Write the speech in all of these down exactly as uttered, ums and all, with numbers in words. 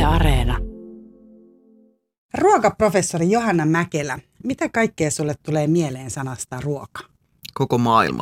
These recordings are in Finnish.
Areena. Ruokaprofessori Johanna Mäkelä, mitä kaikkea sulle tulee mieleen sanasta ruoka? Koko maailma.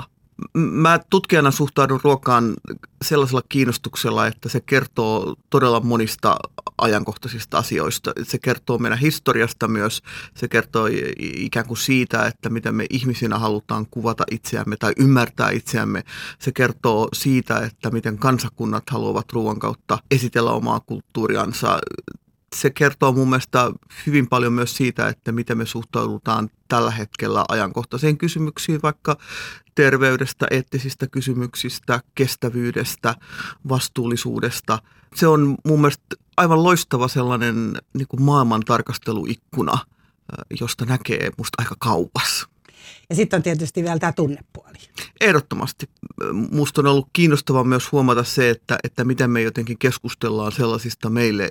Mä tutkijana suhtaudun ruokaan sellaisella kiinnostuksella, että se kertoo todella monista ajankohtaisista asioista. Se kertoo meidän historiasta myös. Se kertoo ikään kuin siitä, että miten me ihmisinä halutaan kuvata itseämme tai ymmärtää itseämme. Se kertoo siitä, että miten kansakunnat haluavat ruoan kautta esitellä omaa kulttuuriansa. Se kertoo mun mielestä hyvin paljon myös siitä, että miten me suhtaudutaan tällä hetkellä ajankohtaisiin kysymyksiin, vaikka terveydestä, eettisistä kysymyksistä, kestävyydestä, vastuullisuudesta. Se on mun mielestä aivan loistava sellainen niin kuin maailman tarkasteluikkuna, josta näkee musta aika kauas. Ja sitten on tietysti vielä tämä tunnepuoli. Ehdottomasti. Musta on ollut kiinnostavaa myös huomata se, että, että miten me jotenkin keskustellaan sellaisista meille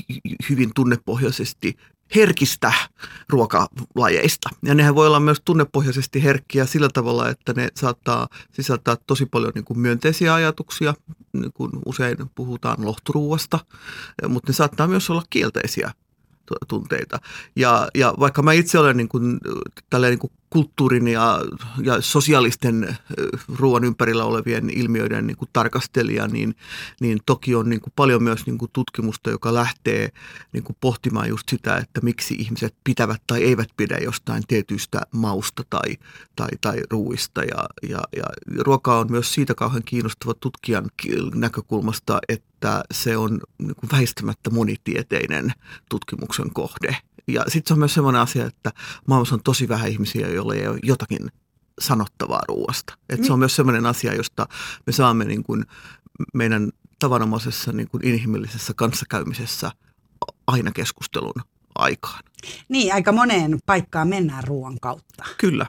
hyvin tunnepohjaisesti herkistä ruokalajeista. Ja nehän voi olla myös tunnepohjaisesti herkkiä sillä tavalla, että ne saattaa sisältää tosi paljon niin kuin myönteisiä ajatuksia, niin kuin usein puhutaan lohturuuasta, mutta ne saattaa myös olla kielteisiä tunteita. Ja, ja vaikka mä itse olen niin kuin, tälleen niin kuin kulttuurin ja, ja sosiaalisten ruoan ympärillä olevien ilmiöiden niin kuin tarkastelija, niin, niin toki on niin kuin paljon myös niin kuin tutkimusta, joka lähtee niin kuin pohtimaan just sitä, että miksi ihmiset pitävät tai eivät pidä jostain tietyistä mausta tai, tai, tai ruuista. Ja, ja, ja ruoka on myös siitä kauhean kiinnostava tutkijan näkökulmasta, että se on niin kuin väistämättä monitieteinen tutkimuksen kohde. Ja sitten se on myös sellainen asia, että maailmassa on tosi vähän ihmisiä, joilla ei ole jotakin sanottavaa ruoasta. Että se on myös sellainen asia, josta me saamme niin kuin meidän tavanomaisessa niin kuin inhimillisessä kanssakäymisessä aina keskustelun aikaan. Niin, aika moneen paikkaan mennään ruoan kautta. Kyllä.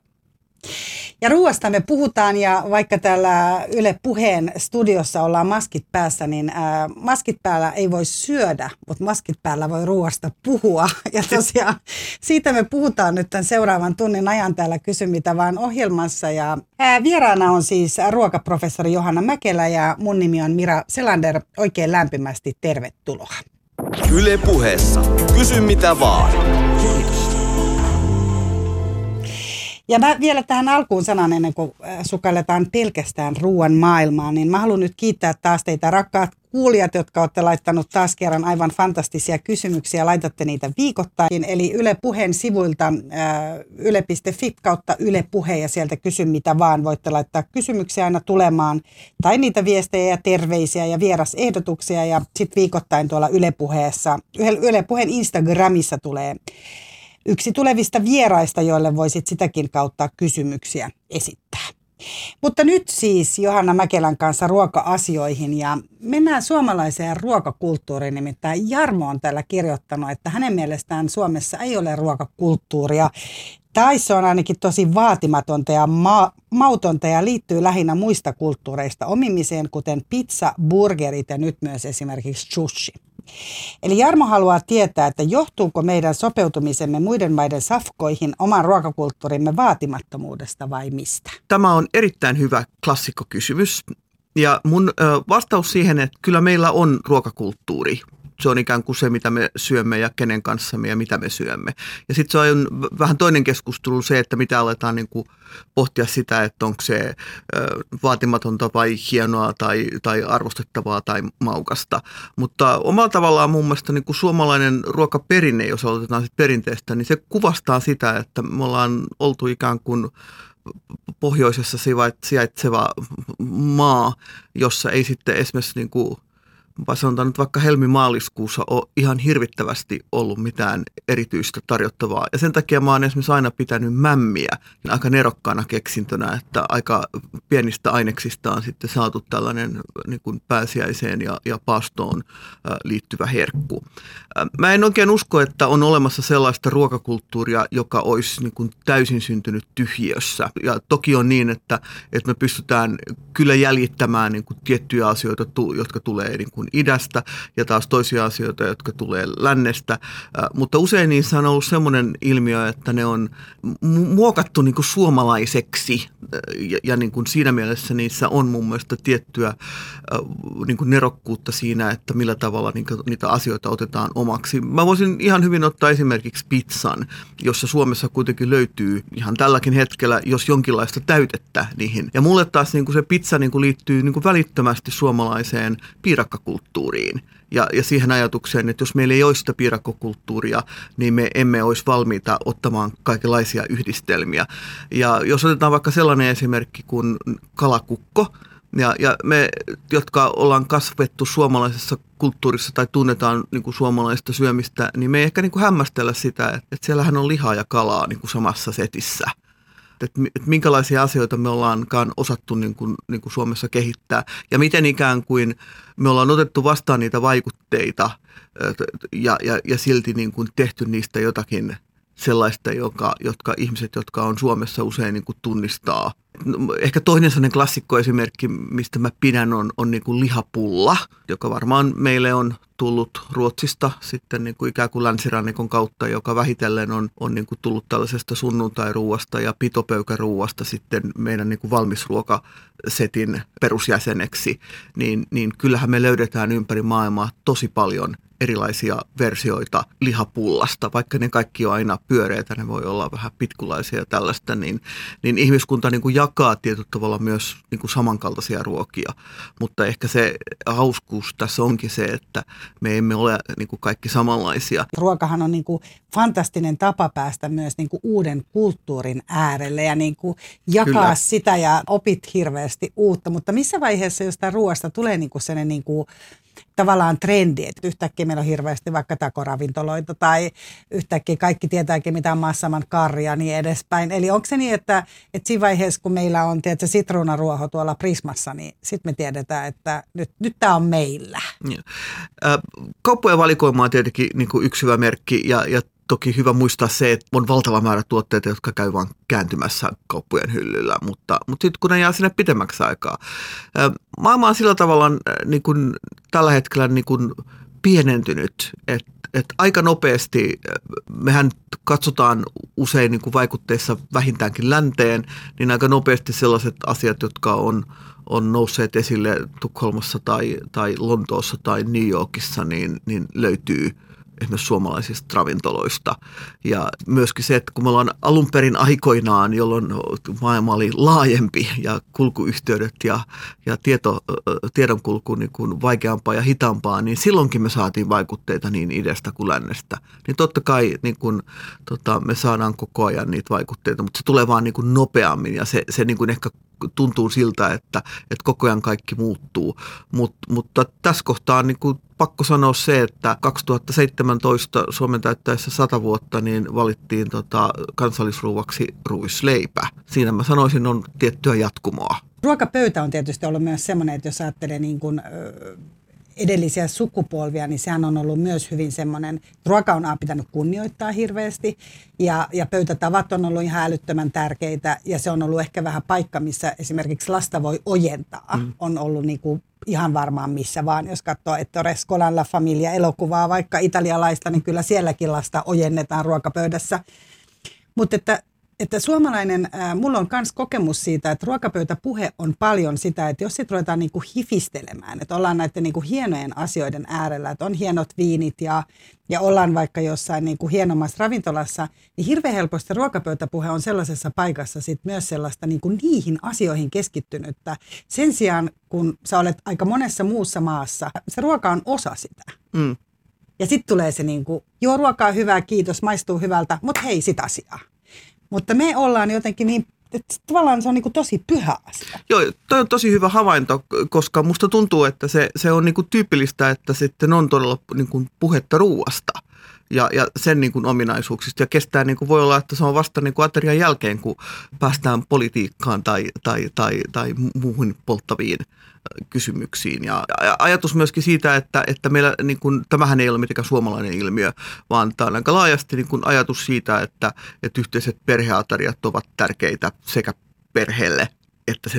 Ja ruoasta me puhutaan, ja vaikka täällä Yle Puheen studiossa ollaan maskit päässä, niin ää, maskit päällä ei voi syödä, mutta maskit päällä voi ruoasta puhua. Ja tosiaan siitä me puhutaan nyt tämän seuraavan tunnin ajan täällä Kysy mitä vaan -ohjelmassa. Ja ää, vieraana on siis ruokaprofessori Johanna Mäkelä ja mun nimi on Mira Selander. Oikein lämpimästi tervetuloa. Yle Puheessa. Kysy mitä vaan. Ja mä vielä tähän alkuun sanan, ennen kuin sukelletaan pelkästään ruoan maailmaan, niin mä haluan nyt kiittää taas teitä rakkaat kuulijat, jotka olette laittanut taas kerran aivan fantastisia kysymyksiä. Laitatte niitä viikoittain. Eli Yle Puheen sivuilta yle piste fi kautta Yle Puhe ja sieltä Kysy mitä vaan. Voitte laittaa kysymyksiä aina tulemaan tai niitä viestejä ja terveisiä ja vierasehdotuksia. Ja sitten viikoittain tuolla Yle Puheessa, Yle Puheen Instagramissa tulee yksi tulevista vieraista, joille voisit sitäkin kautta kysymyksiä esittää. Mutta nyt siis Johanna Mäkelän kanssa ruoka-asioihin ja mennään suomalaiseen ruokakulttuuriin. Nimittäin Jarmo on täällä kirjoittanut, että hänen mielestään Suomessa ei ole ruokakulttuuria. Tai se on ainakin tosi vaatimatonta ja ma- mautonta ja liittyy lähinnä muista kulttuureista omimiseen, kuten pizza, burgerit ja nyt myös esimerkiksi sushi. Eli Jarmo haluaa tietää, että johtuuko meidän sopeutumisemme muiden maiden safkoihin oman ruokakulttuurimme vaatimattomuudesta vai mistä? Tämä on erittäin hyvä klassikkokysymys. Ja mun ö, vastaus siihen, että kyllä meillä on ruokakulttuuri. Se on ikään kuin se, mitä me syömme ja kenen kanssa me ja mitä me syömme. Ja sitten se on vähän toinen keskustelu se, että mitä aletaan niin kuin pohtia sitä, että onko se ö, vaatimatonta vai hienoa tai, tai arvostettavaa tai maukasta. Mutta omalla tavallaan mun mielestä niin kuin suomalainen ruokaperinne, jos aloitetaan sit perinteestä, niin se kuvastaa sitä, että me ollaan oltu ikään kuin pohjoisessa sijaitseva maa, jossa ei sitten esimerkiksi niin kuin vai sanotaan nyt vaikka helmimaaliskuussa on ihan hirvittävästi ollut mitään erityistä tarjottavaa. Ja sen takia mä oon esimerkiksi aina pitänyt mämmiä aika nerokkaana keksintönä, että aika pienistä aineksista on sitten saatu tällainen niin kuin pääsiäiseen ja, ja paastoon liittyvä herkku. Mä en oikein usko, että on olemassa sellaista ruokakulttuuria, joka olisi niin kuin täysin syntynyt tyhjiössä. Ja toki on niin, että, että me pystytään kyllä jäljittämään niin kuin tiettyjä asioita, jotka tulee niin kuin idästä ja taas toisia asioita, jotka tulee lännestä. Mutta usein niissä on ollut semmoinen ilmiö, että ne on muokattu niin kuin suomalaiseksi ja, ja niin kuin siinä mielessä niissä on mun mielestä tiettyä niin kuin nerokkuutta siinä, että millä tavalla niin kuin niitä asioita otetaan omaksi. Mä voisin ihan hyvin ottaa esimerkiksi pizzan, jossa Suomessa kuitenkin löytyy ihan tälläkin hetkellä, jos jonkinlaista täytettä niihin. Ja mulle taas niin kuin se pizza niin kuin liittyy niin kuin välittömästi suomalaiseen piirakkakulttuuriin. Ja, ja siihen ajatukseen, että jos meillä ei olisi sitä piirakkokulttuuria, niin me emme olisi valmiita ottamaan kaikenlaisia yhdistelmiä. Ja jos otetaan vaikka sellainen esimerkki kuin kalakukko, ja, ja me, jotka ollaan kasvettu suomalaisessa kulttuurissa tai tunnetaan niin kuin suomalaista syömistä, niin me ei ehkä niin kuin hämmästellä sitä, että, että siellähän on lihaa ja kalaa niin kuin samassa setissä. Että, että minkälaisia asioita me ollaankaan osattu niin kuin, niin kuin Suomessa kehittää ja miten ikään kuin me ollaan otettu vastaan niitä vaikutteita ja, ja, ja silti niin kuin tehty niistä jotakin sellaista, joka, jotka ihmiset, jotka on Suomessa usein niin kuin tunnistaa. Ehkä toinen sellainen klassikkoesimerkki, mistä mä pidän, on, on niin kuin lihapulla, joka varmaan meille on tullut Ruotsista sitten niin kuin ikään kuin länsirannikon kautta, joka vähitellen on, on niin kuin tullut tällaisesta sunnuntairuuasta ja pitopöykäruuasta sitten meidän niin kuin valmisruokasetin perusjäseneksi, niin, niin kyllähän me löydetään ympäri maailmaa tosi paljon erilaisia versioita lihapullasta, vaikka ne kaikki on aina pyöreitä, ne voi olla vähän pitkulaisia ja tällaista, niin, niin ihmiskunta niin kuin jakaa tietyllä tavalla myös niin kuin samankaltaisia ruokia, mutta ehkä se hauskuus tässä onkin se, että me emme ole niin kuin kaikki samanlaisia. Ruokahan on niin kuin fantastinen tapa päästä myös niin kuin uuden kulttuurin äärelle ja niin kuin jakaa Kyllä. sitä ja opit hirveästi uutta, mutta missä vaiheessa jostain ruoasta tulee niin kuin sellainen niin kuin tavallaan trendi, että yhtäkkiä meillä on hirveästi vaikka takoravintoloita tai yhtäkkiä kaikki tietääkin mitä on massaman karri ja niin edespäin. Eli onko se niin, että, että siinä vaiheessa kun meillä on tietysti sitruunaruoho tuolla Prismassa, niin sitten me tiedetään, että nyt, nyt tämä on meillä. Kauppojen valikoima on tietenkin niin kuin yksi hyvä merkki ja, ja toki hyvä muistaa se, että on valtava määrä tuotteita, jotka käy vaan kääntymässä kauppojen hyllyllä, mutta, mutta sitten kun ne jää sinne pitemmäksi aikaa. Maailma on sillä tavalla niin kuin tällä hetkellä niin kuin pienentynyt, että, että aika nopeasti mehän katsotaan usein niin kuin vaikutteissa vähintäänkin länteen, niin aika nopeasti sellaiset asiat, jotka on, on nousseet esille Tukholmassa tai, tai Lontoossa tai New Yorkissa, niin, niin löytyy esimerkiksi suomalaisista ravintoloista. Ja myöskin se, että kun me ollaan alun perin aikoinaan, jolloin maailma oli laajempi ja kulkuyhteydet ja, ja tieto, tiedonkulku niin kuin vaikeampaa ja hitaampaa, niin silloinkin me saatiin vaikutteita niin idästä kuin lännestä. Niin totta kai niin kuin, tota, me saadaan koko ajan niitä vaikutteita, mutta se tulee vaan niin kuin nopeammin ja se, se niin kuin ehkä tuntuu siltä, että, että koko ajan kaikki muuttuu. Mut, mutta tässä kohtaa on niin kuin pakko sanoa se, että kaksituhattaseitsemäntoista Suomen täyttäessä sata vuotta niin valittiin tota kansallisruuaksi ruisleipä. Siinä mä sanoisin on tiettyä jatkumoa. Ruokapöytä on tietysti ollut myös semmoinen, että jos ajattelee niin kuin, ö, edellisiä sukupolvia, niin sehän on ollut myös hyvin semmoinen, ruoka on pitänyt kunnioittaa hirveästi ja, ja pöytätavat on ollut ihan älyttömän tärkeitä ja se on ollut ehkä vähän paikka, missä esimerkiksi lasta voi ojentaa. Mm. On ollut niin kuin ihan varmaan missä vaan, jos katsoo Ettore Scolan La Familia-elokuvaa, vaikka italialaista, niin kyllä sielläkin lasta ojennetaan ruokapöydässä. Mutta että, että suomalainen, äh, mulla on myös kokemus siitä, että ruokapöytäpuhe on paljon sitä, että jos sit ruvetaan niinku hifistelemään, että ollaan näiden niinku hienojen asioiden äärellä, että on hienot viinit ja, ja ollaan vaikka jossain niinku hienommassa ravintolassa, niin hirveän helposti ruokapöytäpuhe on sellaisessa paikassa sit myös sellaista niinku niihin asioihin keskittynyttä. Sen sijaan, kun sä olet aika monessa muussa maassa, se ruoka on osa sitä. Mm. Ja sitten tulee se niinku, joo ruoka on hyvää, kiitos, maistuu hyvältä, mutta hei sit asiaa. Mutta me ollaan jotenkin niin, että tavallaan se on niin kuin tosi pyhä asia. Joo, toi on tosi hyvä havainto, koska musta tuntuu, että se, se on niin kuin tyypillistä, että sitten on todella niin kuin puhetta ruuasta ja, ja sen niin kuin ominaisuuksista. Ja kestää, niin kuin voi olla, että se on vasta niin kuin aterian jälkeen, kun päästään politiikkaan tai, tai, tai, tai muuhun polttaviin kysymyksiin. Ja ajatus myöskin siitä, että, että meillä, niin kuin, tämähän ei ole mitenkään suomalainen ilmiö, vaan tämä on aika laajasti niin kuin ajatus siitä, että, että yhteiset perheateriat ovat tärkeitä sekä perheelle että sen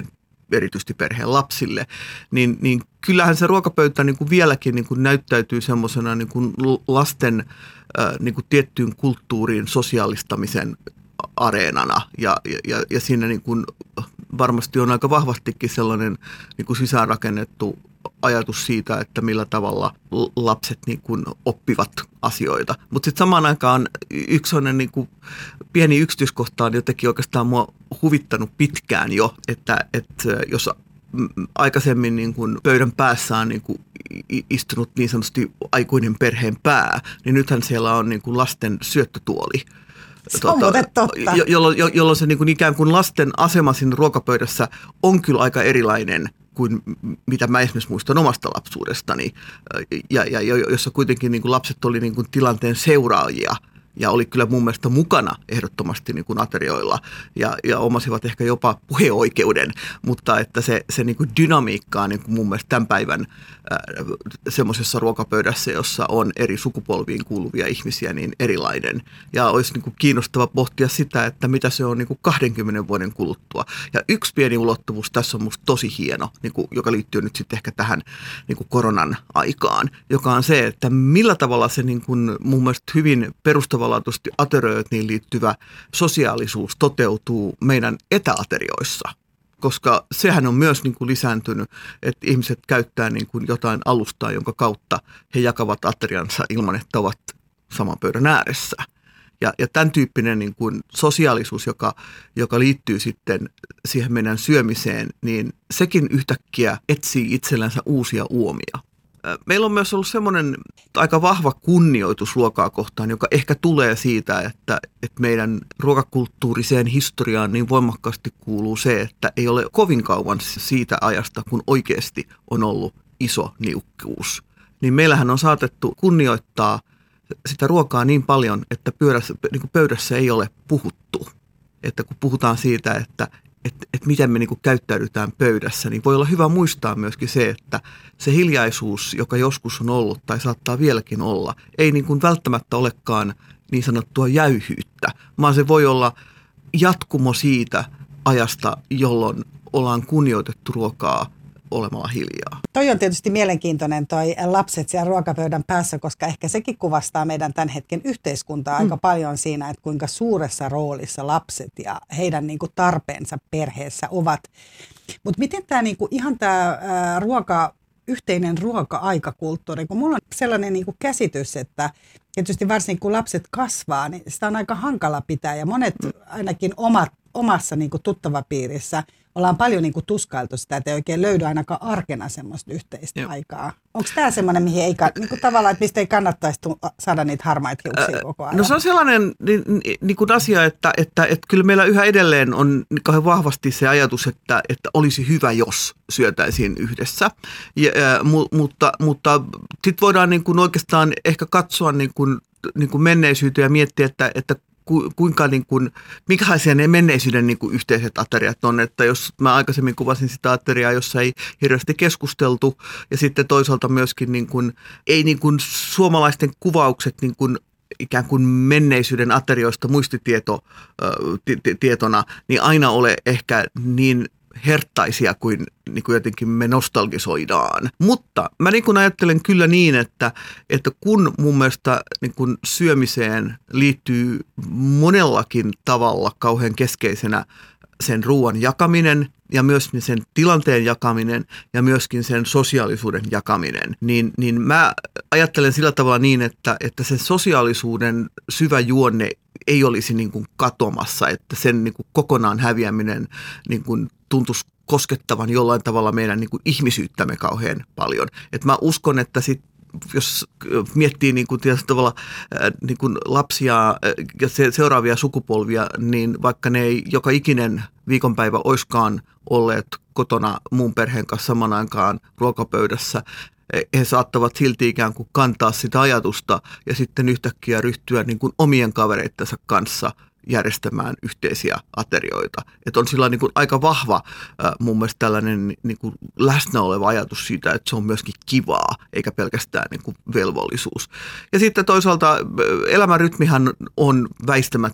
erityisesti perheen lapsille, niin, niin kyllähän se ruokapöytä niin kuin vieläkin niin kuin näyttäytyy semmoisena niin kuin lasten äh, niin kuin tiettyyn kulttuuriin sosiaalistamisen areenana ja, ja, ja siinä niin kuin varmasti on aika vahvastikin sellainen niin kuin sisäänrakennettu ajatus siitä, että millä tavalla lapset niin kuin oppivat asioita. Mutta sitten samaan aikaan yksi sellainen niin kuin pieni yksityiskohta on jotenkin oikeastaan mua huvittanut pitkään jo, että, että jos aikaisemmin niin kuin pöydän päässä on niin kuin istunut niin sanotusti aikuinen perheen pää, niin nythän siellä on niin kuin lasten syöttötuoli. Se on muuten totta. Jo, jolloin, jo, jolloin se niin kuin ikään kuin lasten asema siinä ruokapöydässä on kyllä aika erilainen kuin mitä mä esimerkiksi muistan omasta lapsuudestani, ja, ja jossa kuitenkin niin kuin lapset oli niin kuin tilanteen seuraajia ja oli kyllä mun mielestä mukana ehdottomasti niin kuin aterioilla ja, ja omasivat ehkä jopa puheoikeuden, mutta että se, se niin kuin dynamiikka on niin kuin mun mielestä tämän päivän äh, semmoisessa ruokapöydässä, jossa on eri sukupolviin kuuluvia ihmisiä, niin erilainen. Ja olisi niin kuin kiinnostava pohtia sitä, että mitä se on niin kuin kahdenkymmenen vuoden kuluttua. Ja yksi pieni ulottuvuus tässä on musta tosi hieno, niin kuin, joka liittyy nyt sitten ehkä tähän niin kuin koronan aikaan, joka on se, että millä tavalla se niin kuin mun mielestä hyvin perustava laatuisesti aterioihin liittyvä sosiaalisuus toteutuu meidän etäaterioissa, koska sehän on myös niin kuin lisääntynyt, että ihmiset käyttää niin kuin jotain alustaa, jonka kautta he jakavat ateriansa ilman, että ovat saman pöydän ääressä. Ja, ja tämän tyyppinen niin kuin sosiaalisuus, joka, joka liittyy sitten siihen meidän syömiseen, niin sekin yhtäkkiä etsii itsellänsä uusia uomia. Meillä on myös ollut semmoinen aika vahva kunnioitus ruokaa kohtaan, joka ehkä tulee siitä, että, että meidän ruokakulttuuriseen historiaan niin voimakkaasti kuuluu se, että ei ole kovin kauan siitä ajasta, kun oikeasti on ollut iso niukkuus. Niin meillähän on saatettu kunnioittaa sitä ruokaa niin paljon, että pöydässä, niin kuin pöydässä ei ole puhuttu. Että kun puhutaan siitä, että Että et miten me niinku käyttäydytään pöydässä, niin voi olla hyvä muistaa myöskin se, että se hiljaisuus, joka joskus on ollut tai saattaa vieläkin olla, ei niinku välttämättä olekaan niin sanottua jäyhyyttä, vaan se voi olla jatkumo siitä ajasta, jolloin ollaan kunnioitettu ruokaa olemalla hiljaa. Toi on tietysti mielenkiintoinen toi lapset siellä ruokapöydän päässä, koska ehkä sekin kuvastaa meidän tämän hetken yhteiskuntaa mm. aika paljon siinä, että kuinka suuressa roolissa lapset ja heidän niinku tarpeensa perheessä ovat. Mutta miten tämä niinku, ihan tämä ruoka, yhteinen ruoka-aikakulttuuri, kun mulla on sellainen niinku käsitys, että tietysti varsinkin kun lapset kasvaa, niin sitä on aika hankala pitää ja monet ainakin omat, omassa niinku tuttavapiirissä ollaan paljon niin kuin tuskailtu sitä, että ei oikein löydy ainakaan arkena semmoista yhteistä Joo. aikaa. Onko tämä semmoinen, mihin ei, niin kuin tavallaan, että mistä ei kannattaisi saada niitä harmaita hiuksia koko ajan? No se on sellainen niin, niin kuin asia, että, että, että kyllä meillä yhä edelleen on kauhean vahvasti se ajatus, että, että olisi hyvä, jos syötäisiin yhdessä. Ja, mu, mutta mutta sitten voidaan niin kuin oikeastaan ehkä katsoa niin kuin, niin kuin menneisyyteen ja miettiä, että, että kuinka niin kuin, minkälaisia ne menneisyyden niin kuin yhteiset ateriat on, että jos mä aikaisemmin kuvasin sitä ateriaa, jossa ei hirveästi keskusteltu ja sitten toisaalta myöskin niin kuin, ei niin kuin suomalaisten kuvaukset niin kuin ikään kuin menneisyyden aterioista muistitieto äh, tietona, niin aina ole ehkä niin herttaisia kuin, niin kuin jotenkin me nostalgisoidaan. Mutta mä niin kuin ajattelen kyllä niin, että, että kun mun mielestä niin kuin syömiseen liittyy monellakin tavalla kauhean keskeisenä sen ruoan jakaminen ja myös sen tilanteen jakaminen ja myöskin sen sosiaalisuuden jakaminen, niin, niin mä ajattelen sillä tavalla niin, että, että sen sosiaalisuuden syvä juonne ei olisi niin kuin katomassa, että sen niin kuin kokonaan häviäminen niin kuin tuntuisi koskettavan jollain tavalla meidän niin kuin ihmisyyttämme kauhean paljon. Et mä uskon, että sit, jos miettii niin kuin tietysti tavalla äh, niin kuin lapsia ja se, seuraavia sukupolvia, niin vaikka ne ei joka ikinen viikonpäivä oiskaan olleet kotona muun perheen kanssa saman aikaan ruokapöydässä, he saattavat silti ikään kuin kantaa sitä ajatusta ja sitten yhtäkkiä ryhtyä niin kuin omien kavereittensa kanssa järjestämään yhteisiä aterioita. Että on sillä niin kuin aika vahva äh, mun mielestä tällainen niin kuin läsnä oleva ajatus siitä, että se on myöskin kivaa, eikä pelkästään niin kuin velvollisuus. Ja sitten toisaalta elämänrytmihän on väistämättä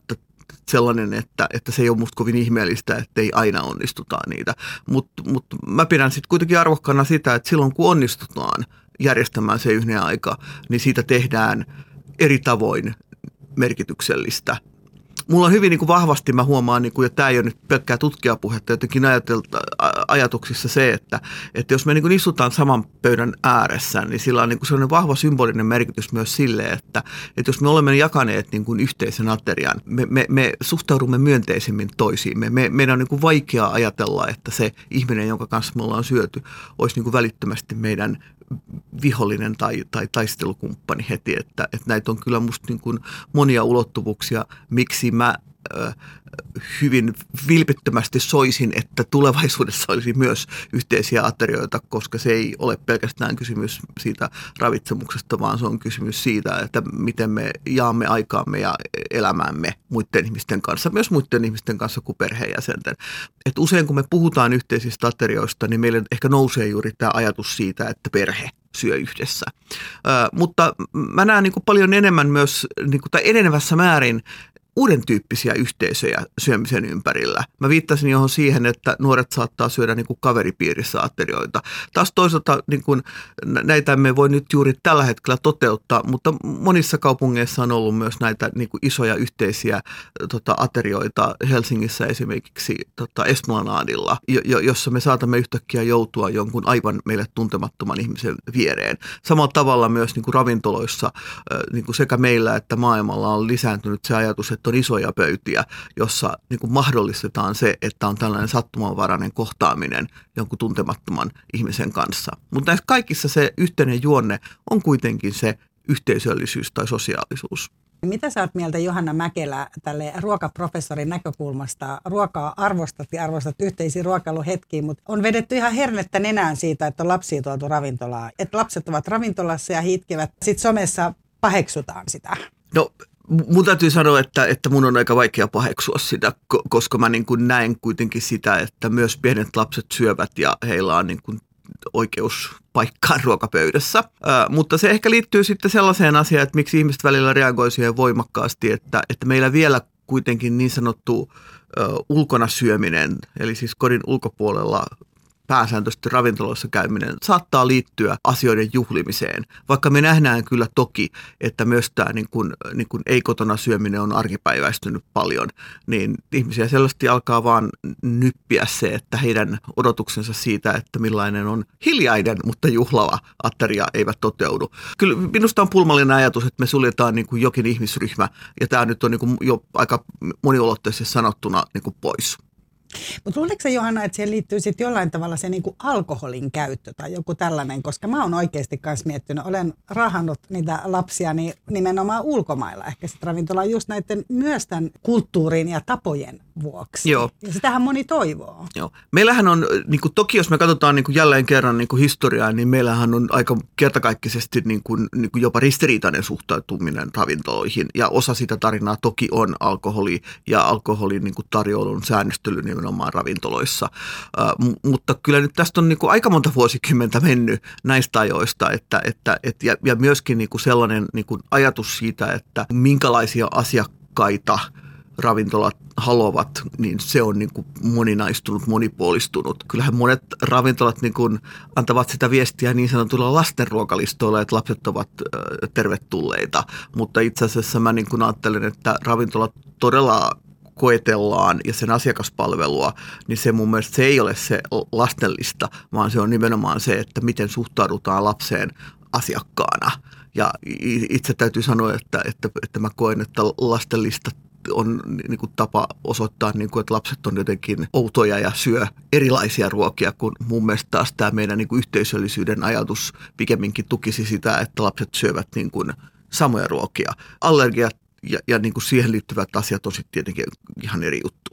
sellainen, että, että se ei ole musta kovin ihmeellistä, että ei aina onnistuta niitä. Mutta mut mä pidän sitten kuitenkin arvokkaana sitä, että silloin kun onnistutaan järjestämään se yhden aika, niin siitä tehdään eri tavoin merkityksellistä. Mulla on hyvin niin kuin vahvasti, mä huomaan, niin kuin, ja tämä ei ole nyt pelkkää tutkijapuhetta, jotenkin ajatelta, ajatuksissa se, että, että jos me niin kuin istutaan saman pöydän ääressä, niin sillä on niin kuin sellainen vahva symbolinen merkitys myös sille, että, että jos me olemme jakaneet niin kuin yhteisen aterian, me, me, me suhtaudumme myönteisemmin toisiimme. Me, meidän on niin kuin vaikea ajatella, että se ihminen, jonka kanssa me ollaan syöty, olisi niin kuin välittömästi meidän vihollinen tai, tai taistelukumppani heti, että, että näitä on kyllä musta niin kuin monia ulottuvuuksia, miksi mä ö, hyvin vilpittömästi soisin, että tulevaisuudessa olisi myös yhteisiä aterioita, koska se ei ole pelkästään kysymys siitä ravitsemuksesta, vaan se on kysymys siitä, että miten me jaamme aikaamme ja elämäämme muiden ihmisten kanssa, myös muiden ihmisten kanssa kuin perheenjäsenten. Et usein kun me puhutaan yhteisistä aterioista, niin meille ehkä nousee juuri tämä ajatus siitä, että perhe syö yhdessä. Ö, mutta mä näen niin kuin paljon enemmän myös, niin kuin, tai enenevässä määrin, uuden tyyppisiä yhteisöjä syömisen ympärillä. Mä viittasin johon siihen, että nuoret saattaa syödä niin kuin kaveripiirissä aterioita. Taas toisaalta niin kuin, näitä me voi nyt juuri tällä hetkellä toteuttaa, mutta monissa kaupungeissa on ollut myös näitä niin kuin isoja yhteisiä tota, aterioita. Helsingissä esimerkiksi tota, Esplanadilla, jo, jossa me saatamme yhtäkkiä joutua jonkun aivan meille tuntemattoman ihmisen viereen. Samalla tavalla myös niin kuin ravintoloissa niin kuin sekä meillä että maailmalla on lisääntynyt se ajatus, että on isoja pöytiä, jossa niin kuin mahdollistetaan se, että on tällainen sattumanvarainen kohtaaminen jonkun tuntemattoman ihmisen kanssa. Mutta näissä kaikissa se yhteinen juonne on kuitenkin se yhteisöllisyys tai sosiaalisuus. Mitä sä oot mieltä, Johanna Mäkelä, tälle ruokaprofessorin näkökulmasta? Ruokaa arvostat ja arvostat yhteisiä ruokailuhetkiä, mutta on vedetty ihan hernettä nenään siitä, että on lapsia tuotu ravintolaan. Että lapset ovat ravintolassa ja he itkevät. Sitten somessa paheksutaan sitä. No, mun täytyy sanoa, että, että mun on aika vaikea paheksua sitä, koska mä niin kuin näen kuitenkin sitä, että myös pienet lapset syövät ja heillä on niin kuin oikeus paikkaan ruokapöydässä. Äh, mutta se ehkä liittyy sitten sellaiseen asiaan, että miksi ihmiset välillä reagoi siihen voimakkaasti, että, että meillä vielä kuitenkin niin sanottu äh, ulkona syöminen, eli siis kodin ulkopuolella pääsääntöisesti ravintoloissa käyminen saattaa liittyä asioiden juhlimiseen, vaikka me nähdään kyllä toki, että myös tämä niin kuin, niin kuin ei-kotona syöminen on arkipäiväistynyt paljon, niin ihmisiä selvästi alkaa vaan nyppiä se, että heidän odotuksensa siitä, että millainen on hiljainen, mutta juhlava ateria eivät toteudu. Kyllä minusta on pulmallinen ajatus, että me suljetaan niin kuin jokin ihmisryhmä, ja tämä nyt on niin kuin jo aika moniulotteisesti sanottuna niin kuin pois. Mutta luuletko sä, Johanna, että siihen liittyy sitten jollain tavalla se niinku alkoholin käyttö tai joku tällainen, koska mä oon oikeasti kanssa miettinyt, olen rahannut niitä lapsia niin nimenomaan ulkomailla, ehkä sitten ravintolaan just näiden myös tämän kulttuurin ja tapojen vuoksi. Joo. Ja sitähän moni toivoo. Joo. Meillähän on, niin kuin, toki jos me katsotaan niin kuin jälleen kerran niin kuin historiaa, niin meillähän on aika kertakaikkisesti niin kuin, niin kuin jopa ristiriitainen suhtautuminen ravintoloihin. Ja osa sitä tarinaa toki on alkoholi ja alkoholin niin kuin tarjoulun säännöstely nimenomaan ravintoloissa. Uh, mutta kyllä nyt tästä on niin kuin aika monta vuosikymmentä mennyt näistä ajoista, että, että, et, ja, ja myöskin niin kuin sellainen niin kuin ajatus siitä, että minkälaisia asiakkaita ravintolat haluavat, niin se on niin kuin moninaistunut, monipuolistunut. Kyllähän monet ravintolat niin kuin antavat sitä viestiä niin sanotulla lastenruokalistoilla, että lapset ovat äh, tervetulleita, mutta itse asiassa mä niin kuin ajattelen, että ravintolat todella koetellaan ja sen asiakaspalvelua, niin se mun mielestä se ei ole se lastenlista, vaan se on nimenomaan se, että miten suhtaudutaan lapseen asiakkaana. Ja itse täytyy sanoa, että, että, että mä koen, että lastenlista on niin kuin tapa osoittaa, niin kuin, että lapset on jotenkin outoja ja syö erilaisia ruokia, kun mun mielestä taas tämä meidän niin kuin yhteisöllisyyden ajatus pikemminkin tukisi sitä, että lapset syövät niin kuin samoja ruokia. Allergiat ja, ja niin kuin siihen liittyvät asiat on sitten tietenkin ihan eri juttu.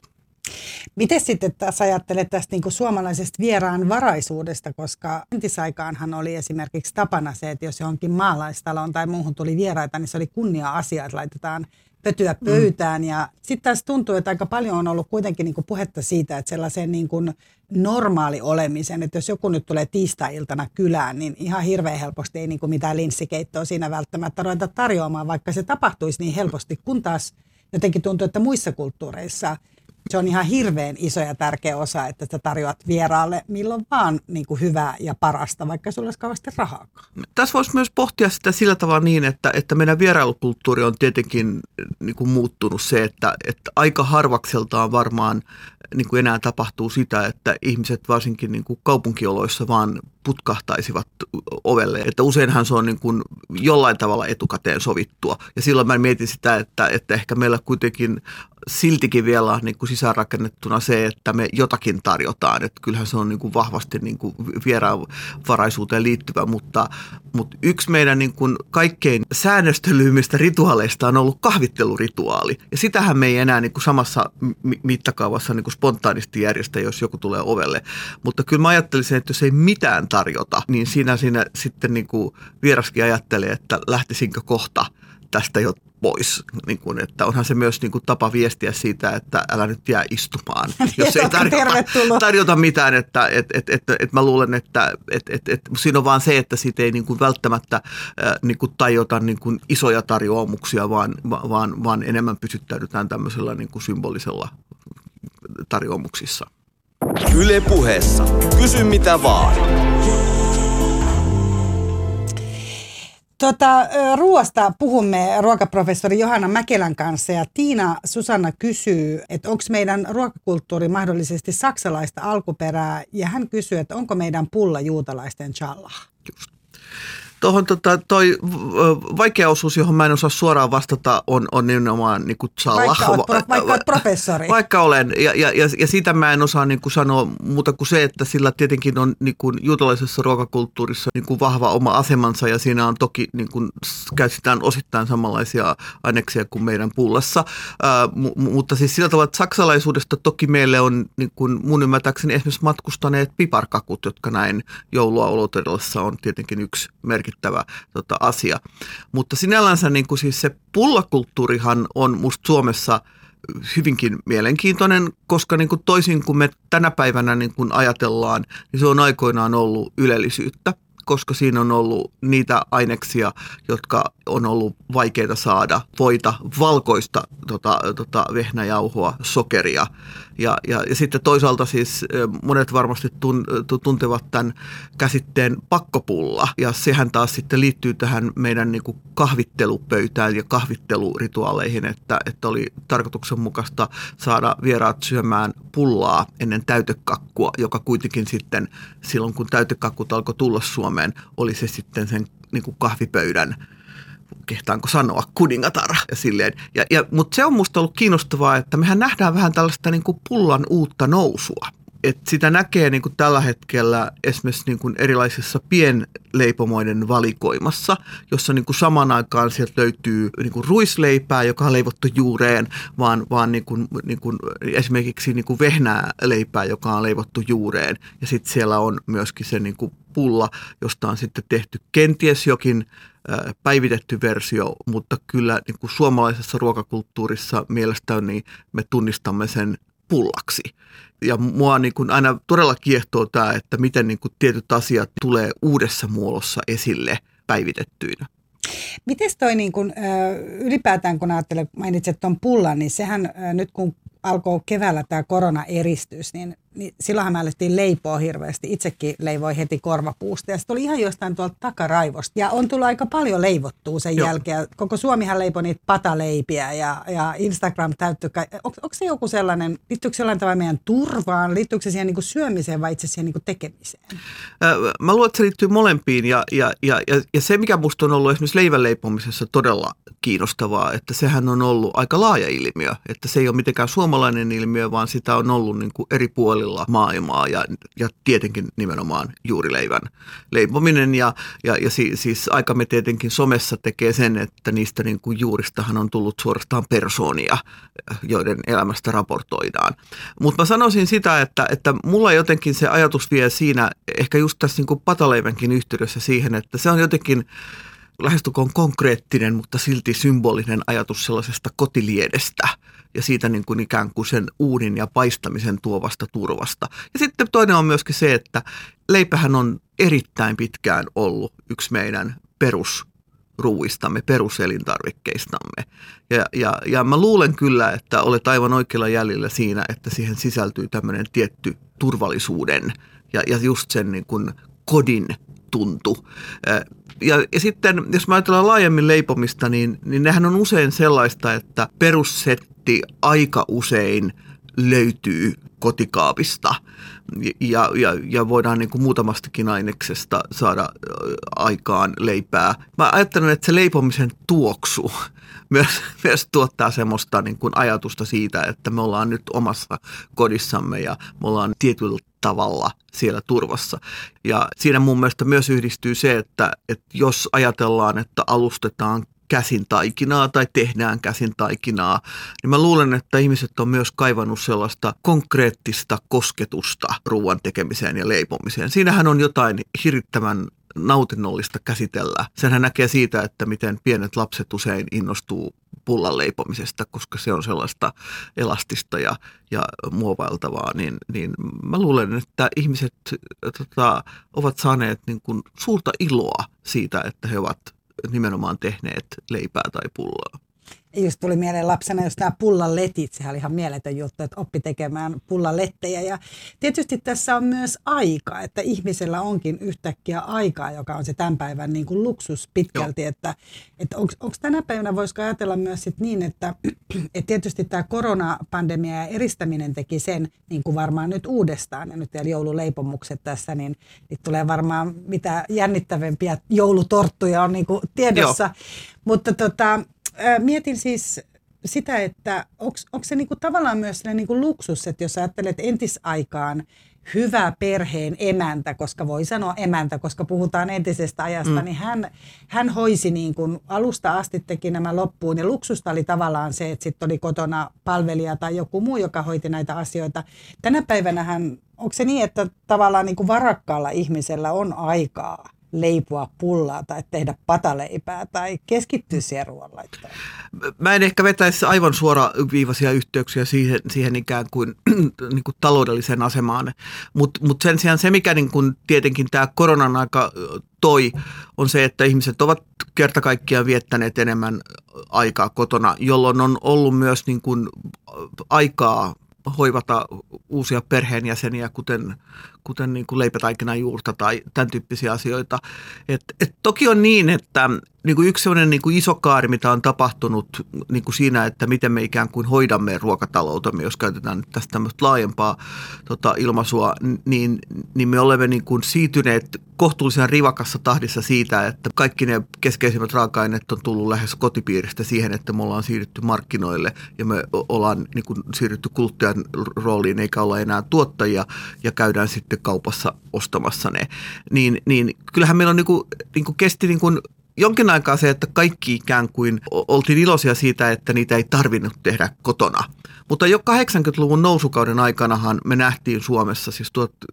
Miten sitten taas ajattelet tästä niin kuin suomalaisesta vieraanvaraisuudesta, koska entisaikaanhan oli esimerkiksi tapana se, että jos johonkin maalaistaloon tai muuhun tuli vieraita, niin se oli kunnia-asia, että laitetaan pötyä pöytään. Mm. Ja sitten taas tuntuu, että aika paljon on ollut kuitenkin niin kuin puhetta siitä, että sellaisen niin kuin normaali olemisen, että jos joku nyt tulee tiistai-iltana kylään, niin ihan hirveän helposti ei niin kuin mitään linssikeittoa siinä välttämättä ruveta tarjoamaan, vaikka se tapahtuisi niin helposti, kun taas jotenkin tuntuu, että muissa kulttuureissa se on ihan hirveän iso ja tärkeä osa, että sä tarjoat vieraalle milloin vaan niin kuin hyvää ja parasta, vaikka sulla olisi kauheasti rahaakaan. Tässä voisi myös pohtia sitä sillä tavalla niin, että, että meidän vierailukulttuuri on tietenkin niin kuin muuttunut se, että, että aika harvakseltaan varmaan niin kuin enää tapahtuu sitä, että ihmiset varsinkin niin kuin kaupunkioloissa vaan putkahtaisivat ovelle. Että useinhan se on niin kuin jollain tavalla etukäteen sovittua. Ja silloin mä mietin sitä, että, että ehkä meillä kuitenkin siltikin vielä on niin kuin sisäänrakennettuna se, että me jotakin tarjotaan. Että kyllähän se on niin kuin vahvasti niin kuin vieraanvaraisuuteen liittyvä, mutta, mutta yksi meidän niin kuin kaikkein säännöstelyimmistä rituaaleista on ollut kahvittelurituaali. Ja sitähän me ei enää niin kuin samassa mittakaavassa niin kuin spontaanisti järjestä, jos joku tulee ovelle. Mutta kyllä mä ajattelisin, että jos ei mitään tarjota, niin siinä, siinä sitten niin kuin vieraskin ajattelee, että lähtisinkö kohta tästä jo pois. Niin kuin, että onhan se myös niin kuin tapa viestiä siitä, että älä nyt jää istumaan, jos ei tarjota, tarjota mitään. Että, et, et, et, et mä luulen, että et, et, et, siinä on vaan se, että siitä ei niin kuin välttämättä äh, niin kuin tajota niin kuin isoja tarjoamuksia, vaan, vaan, vaan enemmän pysyttäydytään tämmöisellä niin kuin symbolisella tarjoamuksissa. Yle Puheessa. Kysy mitä vaan. Tota, ruoasta puhumme ruokaprofessori Johanna Mäkelän kanssa ja Tiina Susanna kysyy, että onko meidän ruokakulttuuri mahdollisesti saksalaista alkuperää ja hän kysyy, että onko meidän pulla juutalaisten challah. Just. Tuohon tota, toi vaikea osuus, johon mä en osaa suoraan vastata, on, on nimenomaan niin kuin challah. Vaikka olet, pro, vaikka olet professori. Vaikka olen, ja, ja, ja, ja siitä mä en osaa niin kuin sanoa muuta kuin se, että sillä tietenkin on niin kuin juutalaisessa ruokakulttuurissa niin kuin vahva oma asemansa, ja siinä on toki, niin kuin, käytetään osittain samanlaisia aineksia kuin meidän pullassa. Äh, m- mutta siis sillä tavalla, että saksalaisuudesta toki meille on niin kuin mun ymmärtääkseni esimerkiksi matkustaneet piparkakut, jotka näin joulua olotellessa on tietenkin yksi merkittävä tota, asia. Mutta sinällänsä niin kuin siis se pullakulttuurihan on musta Suomessa hyvinkin mielenkiintoinen, koska niin kuin toisin kuin me tänä päivänä niin kuin ajatellaan, niin se on aikoinaan ollut ylellisyyttä, koska siinä on ollut niitä aineksia, jotka on ollut vaikeita saada, voita, valkoista tota, tota, vehnäjauhoa, sokeria. Ja, ja, ja sitten toisaalta siis monet varmasti tun, tuntevat tämän käsitteen pakkopulla. Ja sehän taas sitten liittyy tähän meidän niin kuin kahvittelupöytään ja kahvittelurituaaleihin, että, että oli tarkoituksenmukaista saada vieraat syömään pullaa ennen täytekakkua, joka kuitenkin sitten silloin, kun täytekakkut alkoi tulla Suomeen, oli se sitten sen niin kuin kahvipöydän, kehtaanko sanoa, kuningatar ja silleen. Ja, ja, mutta se on musta ollut kiinnostavaa, että mehän nähdään vähän tällaista niin kuin pullan uutta nousua. Et sitä näkee niin kuin tällä hetkellä esimerkiksi niin kuin erilaisissa pienleipomoiden valikoimassa, jossa niin kuin samaan aikaan sieltä löytyy niin kuin ruisleipää, joka on leivottu juureen, vaan, vaan niin kuin, niin kuin esimerkiksi niin kuin vehnäleipää, joka on leivottu juureen. Ja sitten siellä on myöskin se niin kuin pulla, josta on sitten tehty kenties jokin päivitetty versio, mutta kyllä niin kuin suomalaisessa ruokakulttuurissa mielestäni me tunnistamme sen pullaksi. Ja mua niin kuin aina todella kiehtoo tämä, että miten niin kuin tietyt asiat tulee uudessa muodossa esille päivitettyinä. Mites toi niin kun, ylipäätään, kun ajattelee, mainitset tuon pullan, niin sehän nyt kun alkoi keväällä tämä koronaeristys, niin, niin silloinhan me alettiin leipoa hirveästi. Itsekin leivoin heti korvapuusta ja se tuli ihan jostain tuolta takaraivosta. Ja on tullut aika paljon leivottua sen Joo. jälkeen. Koko Suomihan leipoi niitä pataleipiä ja, ja Instagram täyttyi. On, onko se joku sellainen, liittyykö sellainen tavalla meidän turvaan, liittyykö se siihen niin kuin syömiseen vai itse siihen niin kuin tekemiseen? Mä luulen, että se liittyy molempiin ja, ja, ja, ja se, mikä musta on ollut esimerkiksi leivän leipomisessa todella kiinnostavaa, että sehän on ollut aika laaja ilmiö, että se ei ole mitenkään suomalainen ilmiö, vaan sitä on ollut niin kuin eri puolilla maailmaa ja, ja tietenkin nimenomaan juurileivän leipominen ja, ja, ja si, siis aikamme tietenkin somessa tekee sen, että niistä niin kuin juuristahan on tullut suorastaan persoonia, joiden elämästä raportoidaan. Mutta mä sanoisin sitä, että, että mulla jotenkin se ajatus vie siinä, ehkä just tässä niin kuin pataleivänkin yhteydessä siihen, että se on jotenkin lähestulkoon konkreettinen, mutta silti symbolinen ajatus sellaisesta kotiliedestä ja siitä niin kuin ikään kuin sen uunin ja paistamisen tuovasta turvasta. Ja sitten toinen on myöskin se, että leipähän on erittäin pitkään ollut yksi meidän perus perusruuistamme, peruselintarvikkeistamme. Ja, ja, ja mä luulen kyllä, että olet aivan oikealla jäljellä siinä, että siihen sisältyy tämmöinen tietty turvallisuuden ja, ja just sen niin kuin kodin tuntu. Ja, ja sitten, jos mä ajatellaan laajemmin leipomista, niin, niin nehän on usein sellaista, että perussetti aika usein löytyy kotikaapista ja, ja, ja voidaan niin kuin muutamastakin aineksesta saada aikaan leipää. Mä ajattelen, että se leipomisen tuoksu myös, myös tuottaa semmoista niin kuin ajatusta siitä, että me ollaan nyt omassa kodissamme ja me ollaan tietyllä tavalla siellä turvassa. Ja siinä mun mielestä myös yhdistyy se, että, että jos ajatellaan, että alustetaan käsin taikinaa tai tehdään käsin taikinaa, niin mä luulen, että ihmiset on myös kaivannut sellaista konkreettista kosketusta ruoan tekemiseen ja leipomiseen. Siinähän on jotain hirvittävän nautinnollista käsitellä. Senhän näkee siitä, että miten pienet lapset usein innostuu pullan leipomisesta, koska se on sellaista elastista ja, ja muovailtavaa, niin, niin mä luulen, että ihmiset tota, ovat saaneet niin kuin suurta iloa siitä, että he ovat nimenomaan tehneet leipää tai pullaa. Just tuli mieleen lapsena, jos tämä pullanletit, sehän oli ihan mieletön juttu, että oppi tekemään pullanlettejä. Ja tietysti tässä on myös aika, että ihmisellä onkin yhtäkkiä aikaa, joka on se tämän päivän niin kuin luksus pitkälti. Joo. Että, että onko tänä päivänä, voisiko ajatella myös sit niin, että, että tietysti tämä koronapandemia ja eristäminen teki sen, niin kuin varmaan nyt uudestaan, ja nyt vielä joululeipomukset tässä, niin, niin tulee varmaan mitä jännittävämpiä joulutorttuja on niin kuin tiedossa. Joo. Mutta tota... Mietin siis sitä, että onko se niinku tavallaan myös niinku luksus, että jos ajattelet entisaikaan hyvä perheen emäntä, koska voi sanoa emäntä, koska puhutaan entisestä ajasta, mm. niin hän, hän hoisi niin kuin alusta asti teki nämä loppuun. Ja luksusta oli tavallaan se, että sitten oli kotona palvelija tai joku muu, joka hoiti näitä asioita. Tänä päivänähän, onko se niin, että tavallaan niin kuin varakkaalla ihmisellä on aikaa leipoa pullaa tai tehdä pataleipää tai keskittyä siihen ruoanlaittoon? Mä en ehkä vetäisi aivan suoraviivaisia yhteyksiä siihen, siihen ikään kuin, niin kuin taloudelliseen asemaan, mutta mut sen sijaan se, mikä niin kuin tietenkin tämä koronan aika toi, on se, että ihmiset ovat kerta kaikkiaan viettäneet enemmän aikaa kotona, jolloin on ollut myös niin kuin aikaa hoivata uusia perheenjäseniä, kuten, kuten niin kuin leipätaikinan juurta tai tämän tyyppisiä asioita. Et, et toki on niin, että niin kuin yksi sellainen niin kuin iso kaari, mitä on tapahtunut niin kuin siinä, että miten me ikään kuin hoidamme ruokataloutamme, jos käytetään nyt tästä tämmöistä laajempaa tota, ilmaisua, niin, niin me olemme niin kuin siirtyneet kohtuullisen rivakassa tahdissa siitä, että kaikki ne keskeisimmät raaka-aineet on tullut lähes kotipiiristä siihen, että me ollaan siirrytty markkinoille ja me ollaan niin kuin siirrytty kuluttajan rooliin eikä olla enää tuottajia ja käydään sitten kaupassa ostamassa ne. Niin, niin kyllähän meillä on niin kuin, niin kuin kesti niin kuin jonkin aikaa se, että kaikki ikään kuin oltiin iloisia siitä, että niitä ei tarvinnut tehdä kotona. Mutta jo kahdeksankymmentäluvun nousukauden aikanahan me nähtiin Suomessa, siis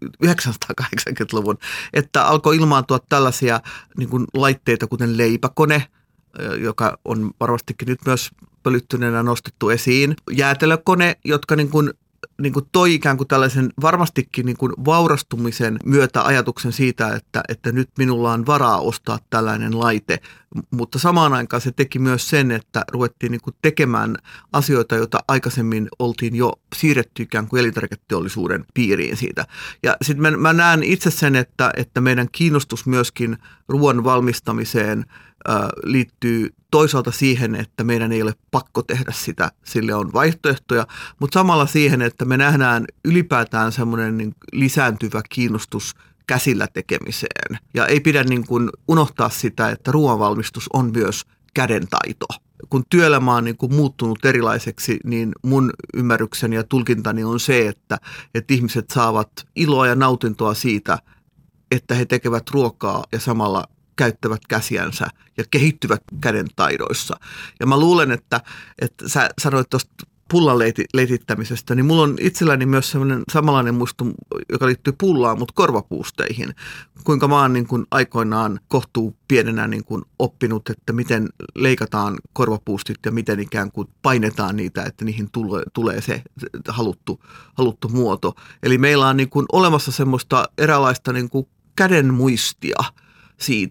tuhatyhdeksänsataakahdeksankymmentäluvun, että alkoi ilmaantua tällaisia niin kuin laitteita, kuten leipäkone, joka on varmastikin nyt myös pölyttyneenä nostettu esiin, jäätelökone, jotka niin kuin niin kuin toi ikään kuin tällaisen varmastikin niin kuin vaurastumisen myötä ajatuksen siitä, että, että nyt minulla on varaa ostaa tällainen laite, mutta samaan aikaan se teki myös sen, että ruvettiin niin kuin tekemään asioita, joita aikaisemmin oltiin jo siirretty ikään kuin elintarviketeollisuuden piiriin siitä. Ja sitten mä, mä näen itse sen, että, että meidän kiinnostus myöskin ruoan valmistamiseen ää, liittyy toisaalta siihen, että meidän ei ole pakko tehdä sitä, sille on vaihtoehtoja, mutta samalla siihen, että me nähdään ylipäätään semmoinen niin lisääntyvä kiinnostus käsillä tekemiseen. Ja ei pidä niin kuin unohtaa sitä, että ruoanvalmistus on myös kädentaito. Kun työelämä on niin kuin muuttunut erilaiseksi, niin mun ymmärrykseni ja tulkintani on se, että, että ihmiset saavat iloa ja nautintoa siitä, että he tekevät ruokaa ja samalla käyttävät käsiänsä ja kehittyvät kädentaidoissa. Ja mä luulen, että, että sä sanoit tuosta pullan leitittämisestä, niin mulla on itselläni myös sellainen samanlainen muisto, joka liittyy pullaan, mutta korvapuusteihin. Kuinka mä oon niin kuin aikoinaan kohtuu pienenä niin kuin oppinut, että miten leikataan korvapuustit ja miten ikään kuin painetaan niitä, että niihin tulee, tulee se haluttu, haluttu muoto. Eli meillä on niin kuin olemassa semmoista eräänlaista niin kuin kädenmuistia siitä,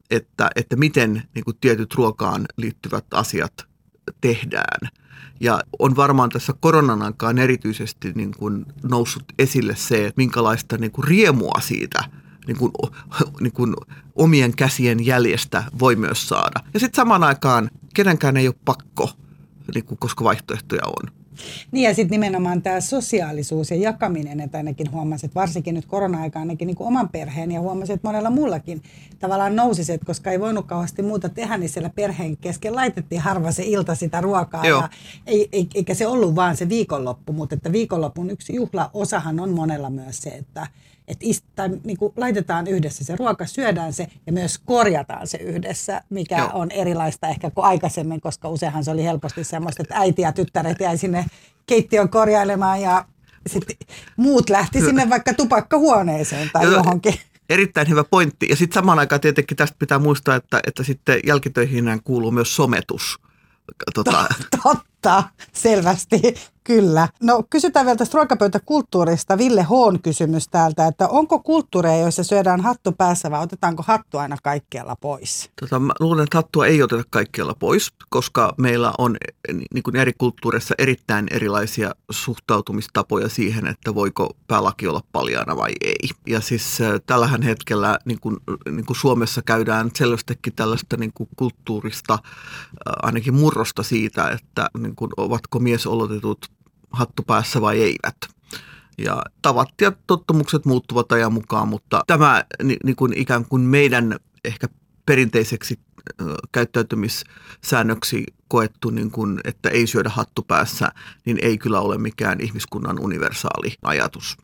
että, että miten niin kuin tietyt ruokaan liittyvät asiat tehdään. Ja on varmaan tässä koronan aikaan erityisesti niin kuin noussut esille se, että minkälaista niin kuin riemua siitä niin kuin, niin kuin omien käsien jäljestä voi myös saada. Ja sitten samaan aikaan kenenkään ei ole pakko, niin kuin, koska vaihtoehtoja on. Niin ja sitten nimenomaan tämä sosiaalisuus ja jakaminen, että ainakin huomasin, että varsinkin nyt korona-aikaan ainakin niin kuin oman perheen ja huomasin, että monella muullakin tavallaan nousisi, että koska ei voinut kauheasti muuta tehdä, niin siellä perheen kesken laitettiin harva se ilta sitä ruokaa. Ja ei, ei, eikä se ollut vaan se viikonloppu, mutta että viikonlopun yksi juhlaosahan on monella myös se, että että tai niin kuin laitetaan yhdessä se ruoka, syödään se ja myös korjataan se yhdessä, mikä Joo. on erilaista ehkä kuin aikaisemmin, koska useinhan se oli helposti semmoista, että äiti ja tyttäret jäi sinne keittiön korjailemaan ja sitten muut lähti sinne vaikka tupakkahuoneeseen tai Joo. johonkin. Erittäin hyvä pointti. Ja sitten samaan aikaan tietenkin tästä pitää muistaa, että, että sitten jälkitöihin kuuluu myös sometus. Tota. Totta, selvästi, kyllä. No kysytään vielä tästä ruokapöytäkulttuurista. Ville H:n kysymys täältä, että onko kulttuureja, joissa syödään hattu päässä vai otetaanko hattu aina kaikkialla pois? Tota, mä luulen, että hattua ei oteta kaikkialla pois, koska meillä on niin kuin eri kulttuureissa erittäin erilaisia suhtautumistapoja siihen, että voiko päälaki olla paljaana vai ei. Ja siis äh, tällähän hetkellä niin kuin, niin kuin Suomessa käydään selvästikin tällaista niin kuin kulttuurista, äh, ainakin murrosta siitä, että niin kuin, ovatko miesolotetut hattu päässä vai eivät. Ja tavat ja tottumukset muuttuvat ajan mukaan, mutta tämä ni, niin kuin ikään kuin meidän ehkä perinteiseksi äh, käyttäytymissäännöksi koettu, niin kuin, että ei syödä hattu päässä, niin ei kyllä ole mikään ihmiskunnan universaali ajatus.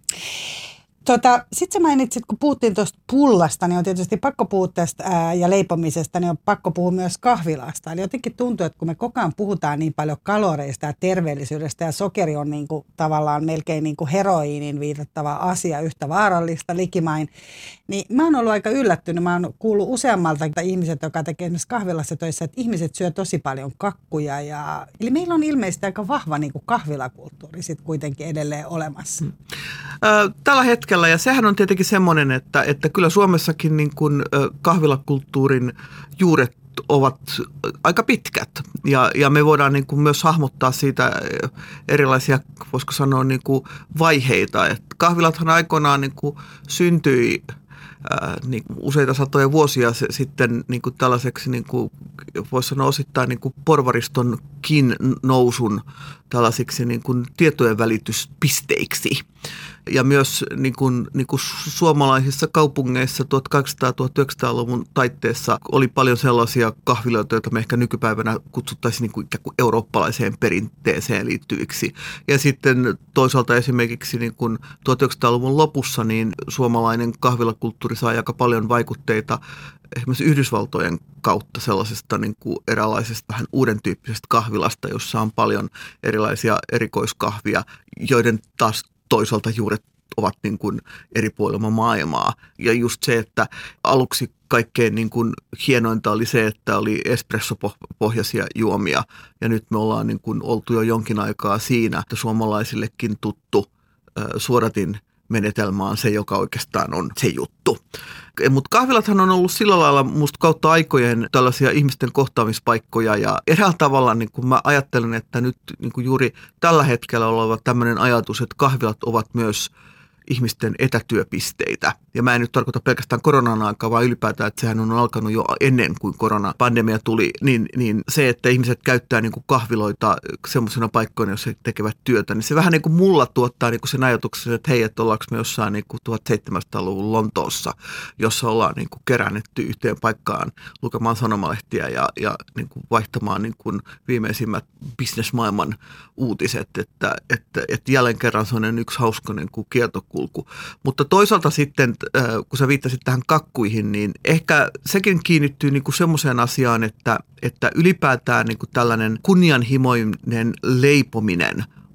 Tota, sitten sä mainitsit, kun puhuttiin tuosta pullasta, niin on tietysti pakko puhua tästä ää, ja leipomisesta, niin on pakko puhua myös kahvilasta. Eli jotenkin tuntuu, että kun me koko ajan puhutaan niin paljon kaloreista ja terveellisyydestä ja sokeri on niin kuin, tavallaan melkein niin kuin heroiinin viitattava asia, yhtä vaarallista likimain, niin mä oon ollut aika yllättynyt. Mä oon kuullut useammalta ihmiset, joka tekee esimerkiksi kahvilassa töissä, että ihmiset syö tosi paljon kakkuja. Ja... Eli meillä on ilmeisesti aika vahva niin kuin kahvilakulttuuri sitten kuitenkin edelleen olemassa. Hmm. Tällä hetkellä. Ja sehän on tietenkin semmoinen, että, että kyllä Suomessakin niin kuin kahvilakulttuurin juuret ovat aika pitkät. Ja, ja me voidaan niin kuin myös hahmottaa siitä erilaisia, voisiko sanoa, niin kuin vaiheita. Et kahvilathan aikoinaan niin kuin syntyi ää, niin kuin useita satoja vuosia sitten niin kuin tällaiseksi, niin kuin, voisi sanoa osittain niin kuin porvaristonkin nousun tällaisiksi niin kuin tietojen välityspisteiksi. Ja myös niin kuin, niin kuin suomalaisissa kaupungeissa tuhatkahdeksansataa-tuhatyhdeksänsataaluvun taitteessa oli paljon sellaisia kahviloita, joita me ehkä nykypäivänä kutsuttaisiin niin kuin ikään kuin eurooppalaiseen perinteeseen liittyviksi. Ja sitten toisaalta esimerkiksi niin kuin tuhatyhdeksänsataaluvun lopussa niin suomalainen kahvilakulttuuri sai aika paljon vaikutteita esimerkiksi Yhdysvaltojen kautta sellaisesta niin kuin eräänlaisesta vähän uuden tyyppisestä kahvilasta, jossa on paljon erilaisia erikoiskahvia, joiden taas toisaalta juuret ovat niin kuin eri puolilla maailmaa. Ja just se, että aluksi kaikkein niin kuin hienointa oli se, että oli espressopohjaisia juomia. Ja nyt me ollaan niin kuin oltu jo jonkin aikaa siinä, että suomalaisillekin tuttu äh, suodatin menetelmä on se, joka oikeastaan on se juttu. Mutta kahvilathan on ollut sillä lailla musta kautta aikojen tällaisia ihmisten kohtaamispaikkoja ja eräällä tavalla niin kun mä ajattelen, että nyt niin kun juuri tällä hetkellä oleva tämmöinen ajatus, että kahvilat ovat myös ihmisten etätyöpisteitä. Ja mä en nyt tarkoita pelkästään koronan aikaa, vaan ylipäätään, että sehän on alkanut jo ennen kuin koronapandemia tuli, niin, niin se, että ihmiset käyttää niin kuin kahviloita semmoisena paikkoina, jos he tekevät työtä, niin se vähän niin kuin mulla tuottaa niin kuin sen ajatuksen, että hei, että ollaanko me jossain niin kuin tuhatseitsemänsataaluvun Lontoossa, jossa ollaan niin kuin keräännetty yhteen paikkaan lukemaan sanomalehtiä ja, ja niin kuin vaihtamaan niin kuin viimeisimmät bisnesmaailman uutiset, että, että, että jälleen kerran se on yksi hauska niin kuin kiertokulku. Mutta toisaalta sitten, kun sä viittasit tähän kakkuihin, niin ehkä sekin kiinnittyy niin kuin semmoiseen asiaan, että, että ylipäätään niin kuin tällainen kunnianhimoinen leipominen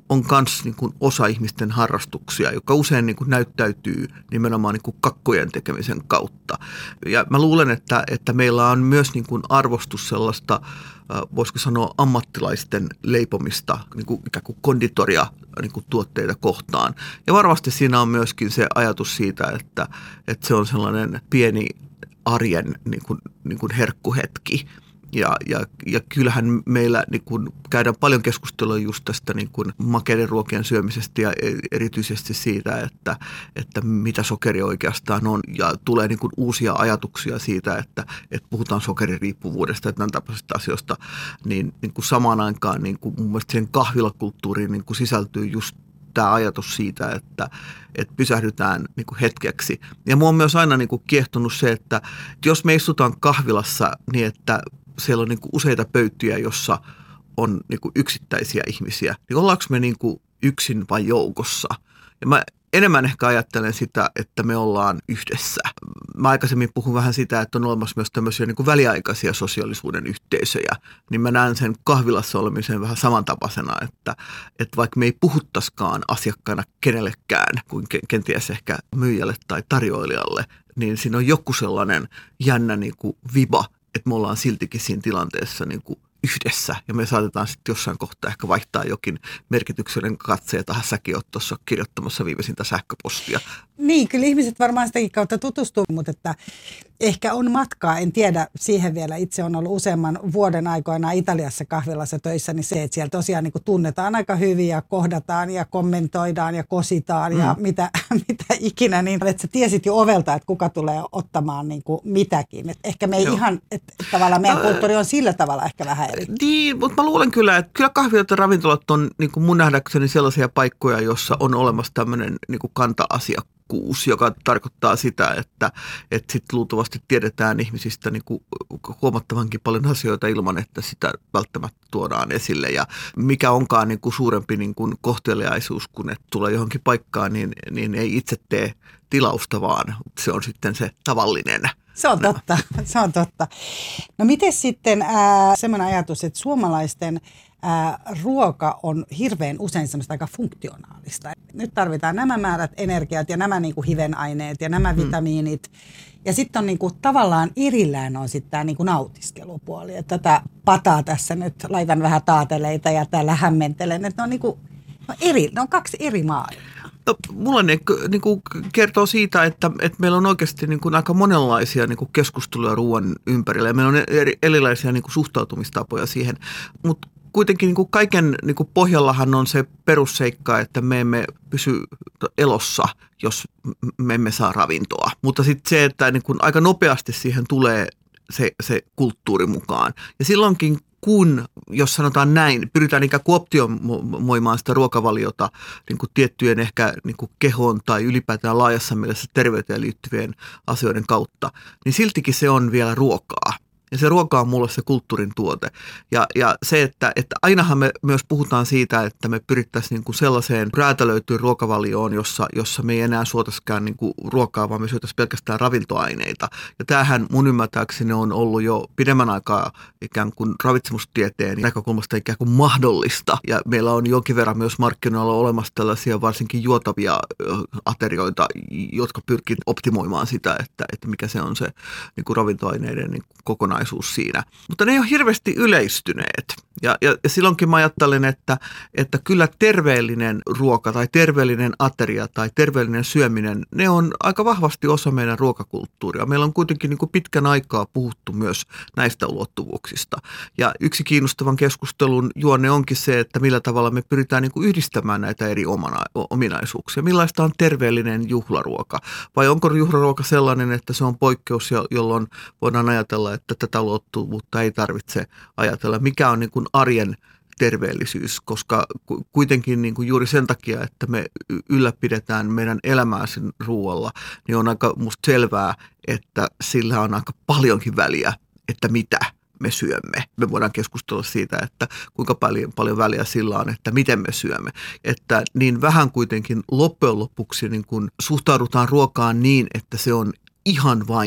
on myös niin kuin osa ihmisten harrastuksia, joka usein niin kuin näyttäytyy nimenomaan niin kuin kakkojen tekemisen kautta. Ja mä luulen, että, että meillä on myös niin kuin arvostus sellaista, voisiko sanoa ammattilaisten leipomista, niin kuin ikään kuin konditoria niin kuin tuotteita kohtaan. Ja varmasti siinä on myöskin se ajatus siitä, että, että se on sellainen pieni arjen niin kuin, niin kuin herkkuhetki. Ja, ja, ja kyllähän meillä niin kun käydään paljon keskustelua just tästä niin kun makeiden ruokien syömisestä ja erityisesti siitä, että, että mitä sokeri oikeastaan on. Ja tulee niin kun uusia ajatuksia siitä, että, että puhutaan sokeririippuvuudesta ja tämän tapaisista asioista. Niin, niin kun samaan aikaan niin kun mun mielestä siihen kahvilakulttuuriin niin kun sisältyy just tämä ajatus siitä, että, että pysähdytään niin kuin hetkeksi. Ja mua on myös aina niin kuin kiehtonut se, että jos me istutaan kahvilassa niin, että siellä on niin kuin useita pöytiä, jossa on niin kuin yksittäisiä ihmisiä, niin ollaanko me niin kuin yksin vai joukossa? Ja mä enemmän ehkä ajattelen sitä, että me ollaan yhdessä. Mä aikaisemmin puhun vähän sitä, että on olemassa myös tämmöisiä niin kuin väliaikaisia sosiaalisuuden yhteisöjä, niin mä näen sen kahvilassa olemisen vähän samantapaisena, että, että vaikka me ei puhuttaskaan asiakkaana kenellekään, kuin kenties ehkä myyjälle tai tarjoilijalle, niin siinä on joku sellainen jännä niin kuin viba, että me ollaan siltikin siinä tilanteessa niin kuin yhdessä ja me saatetaan sitten jossain kohtaa ehkä vaihtaa jokin merkityksellinen katse, ja tähän säkin oot tuossa kirjoittamassa viimeisintä sähköpostia. Niin, kyllä ihmiset varmaan sitäkin kautta tutustuu, mutta että ehkä on matkaa, en tiedä, siihen vielä itse on ollut useamman vuoden aikoina Italiassa kahvilassa töissä, niin se, että siellä tosiaan niin kuin tunnetaan aika hyvin ja kohdataan ja kommentoidaan ja kositaan mm. ja mitä, mitä ikinä, niin että sä tiesit jo ovelta, että kuka tulee ottamaan niin kuin mitäkin. Et ehkä me ei Joo. ihan, että tavallaan meidän kulttuuri on sillä tavalla ehkä vähän eri. Niin, mutta mä luulen kyllä, että kyllä kahvilat ja ravintolat on niin kuin mun nähdäkseni sellaisia paikkoja, jossa on olemassa tämmöinen niin kuin kanta-asiakkuus, joka tarkoittaa sitä, että, että sitten luultavasti tiedetään ihmisistä niin kuin huomattavankin paljon asioita ilman, että sitä välttämättä tuodaan esille. Ja mikä onkaan niin kuin suurempi niin kuin kohteliaisuus, kun että tulee johonkin paikkaan, niin, niin ei itse tee tilausta, vaan se on sitten se tavallinen. Se on totta, se on totta. No miten sitten äh, semmoinen ajatus, että suomalaisten äh, ruoka on hirveän usein semmoista aika funktionaalista. Nyt tarvitaan nämä määrät energiat ja nämä niinku hivenaineet ja nämä vitamiinit. Hmm. Ja sitten on niinku, tavallaan erillään on sitten tämä niinku nautiskelupuoli. Että tätä pataa tässä nyt laitan vähän taateleita ja täällä hämmentelen. Että ne on, niinku, ne on, eri, ne on kaksi eri maailmaa. No, mulla ne niin kuin kertoo siitä, että, että meillä on oikeasti niin kuin aika monenlaisia niin kuin keskusteluja ruoan ympärillä ja meillä on eri, erilaisia niin kuin suhtautumistapoja siihen, mutta kuitenkin niin kuin kaiken niin kuin pohjallahan on se perusseikka, että me emme pysy elossa, jos me emme saa ravintoa, mutta sitten se, että niin kuin aika nopeasti siihen tulee se, se kulttuuri mukaan ja silloinkin kun, jos sanotaan näin, pyritään ikään kuin optimoimaan sitä ruokavaliota niin kuin tiettyjen ehkä niin kuin kehoon tai ylipäätään laajassa mielessä terveyteen liittyvien asioiden kautta, niin siltikin se on vielä ruokaa. Ja se ruoka on mulle se kulttuurin tuote. Ja, ja se, että, että ainahan me myös puhutaan siitä, että me pyrittäisiin niin kuin sellaiseen räätälöityyn ruokavalioon, jossa, jossa me ei enää suotaisikaan niin kuin ruokaa, vaan me syötäisiin pelkästään ravintoaineita. Ja tämähän mun ymmärtääkseni on ollut jo pidemmän aikaa ikään kuin ravitsemustieteen näkökulmasta ikään kuin mahdollista. Ja meillä on jonkin verran myös markkinoilla olemassa tällaisia varsinkin juotavia aterioita, jotka pyrkii optimoimaan sitä, että, että mikä se on se niin kuin ravintoaineiden niin kuin kokonaisuus siinä. Mutta ne ei ole hirveästi yleistyneet. Ja, ja, ja silloinkin mä ajattelen, että, että kyllä terveellinen ruoka tai terveellinen ateria tai terveellinen syöminen, ne on aika vahvasti osa meidän ruokakulttuuria. Meillä on kuitenkin niin kuin pitkän aikaa puhuttu myös näistä ulottuvuuksista. Ja yksi kiinnostavan keskustelun juonne onkin se, että millä tavalla me pyritään niin kuin yhdistämään näitä eri omana, ominaisuuksia. Millaista on terveellinen juhlaruoka? Vai onko juhlaruoka sellainen, että se on poikkeus, jolloin voidaan ajatella, että tätä ulottuvuutta ei tarvitse ajatella. Mikä on niin kuin arjen terveellisyys, koska kuitenkin niin kuin juuri sen takia, että me ylläpidetään meidän elämää sen ruoalla, niin on aika musta selvää, että sillä on aika paljonkin väliä, että mitä me syömme. Me voidaan keskustella siitä, että kuinka paljon, paljon väliä sillä on, että miten me syömme. Että niin vähän kuitenkin loppujen lopuksi niin kuin suhtaudutaan ruokaan niin, että se on ihan vain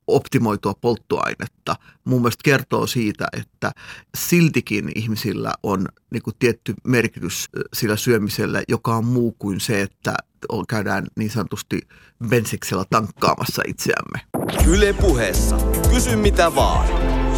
optimoitua polttoainetta, mun mielestä kertoo siitä, että siltikin ihmisillä on niin kuin tietty merkitys sillä syömisellä, joka on muu kuin se, että käydään niin sanotusti bensiksellä tankkaamassa itseämme. Yle Puheessa. Kysy mitä vaan.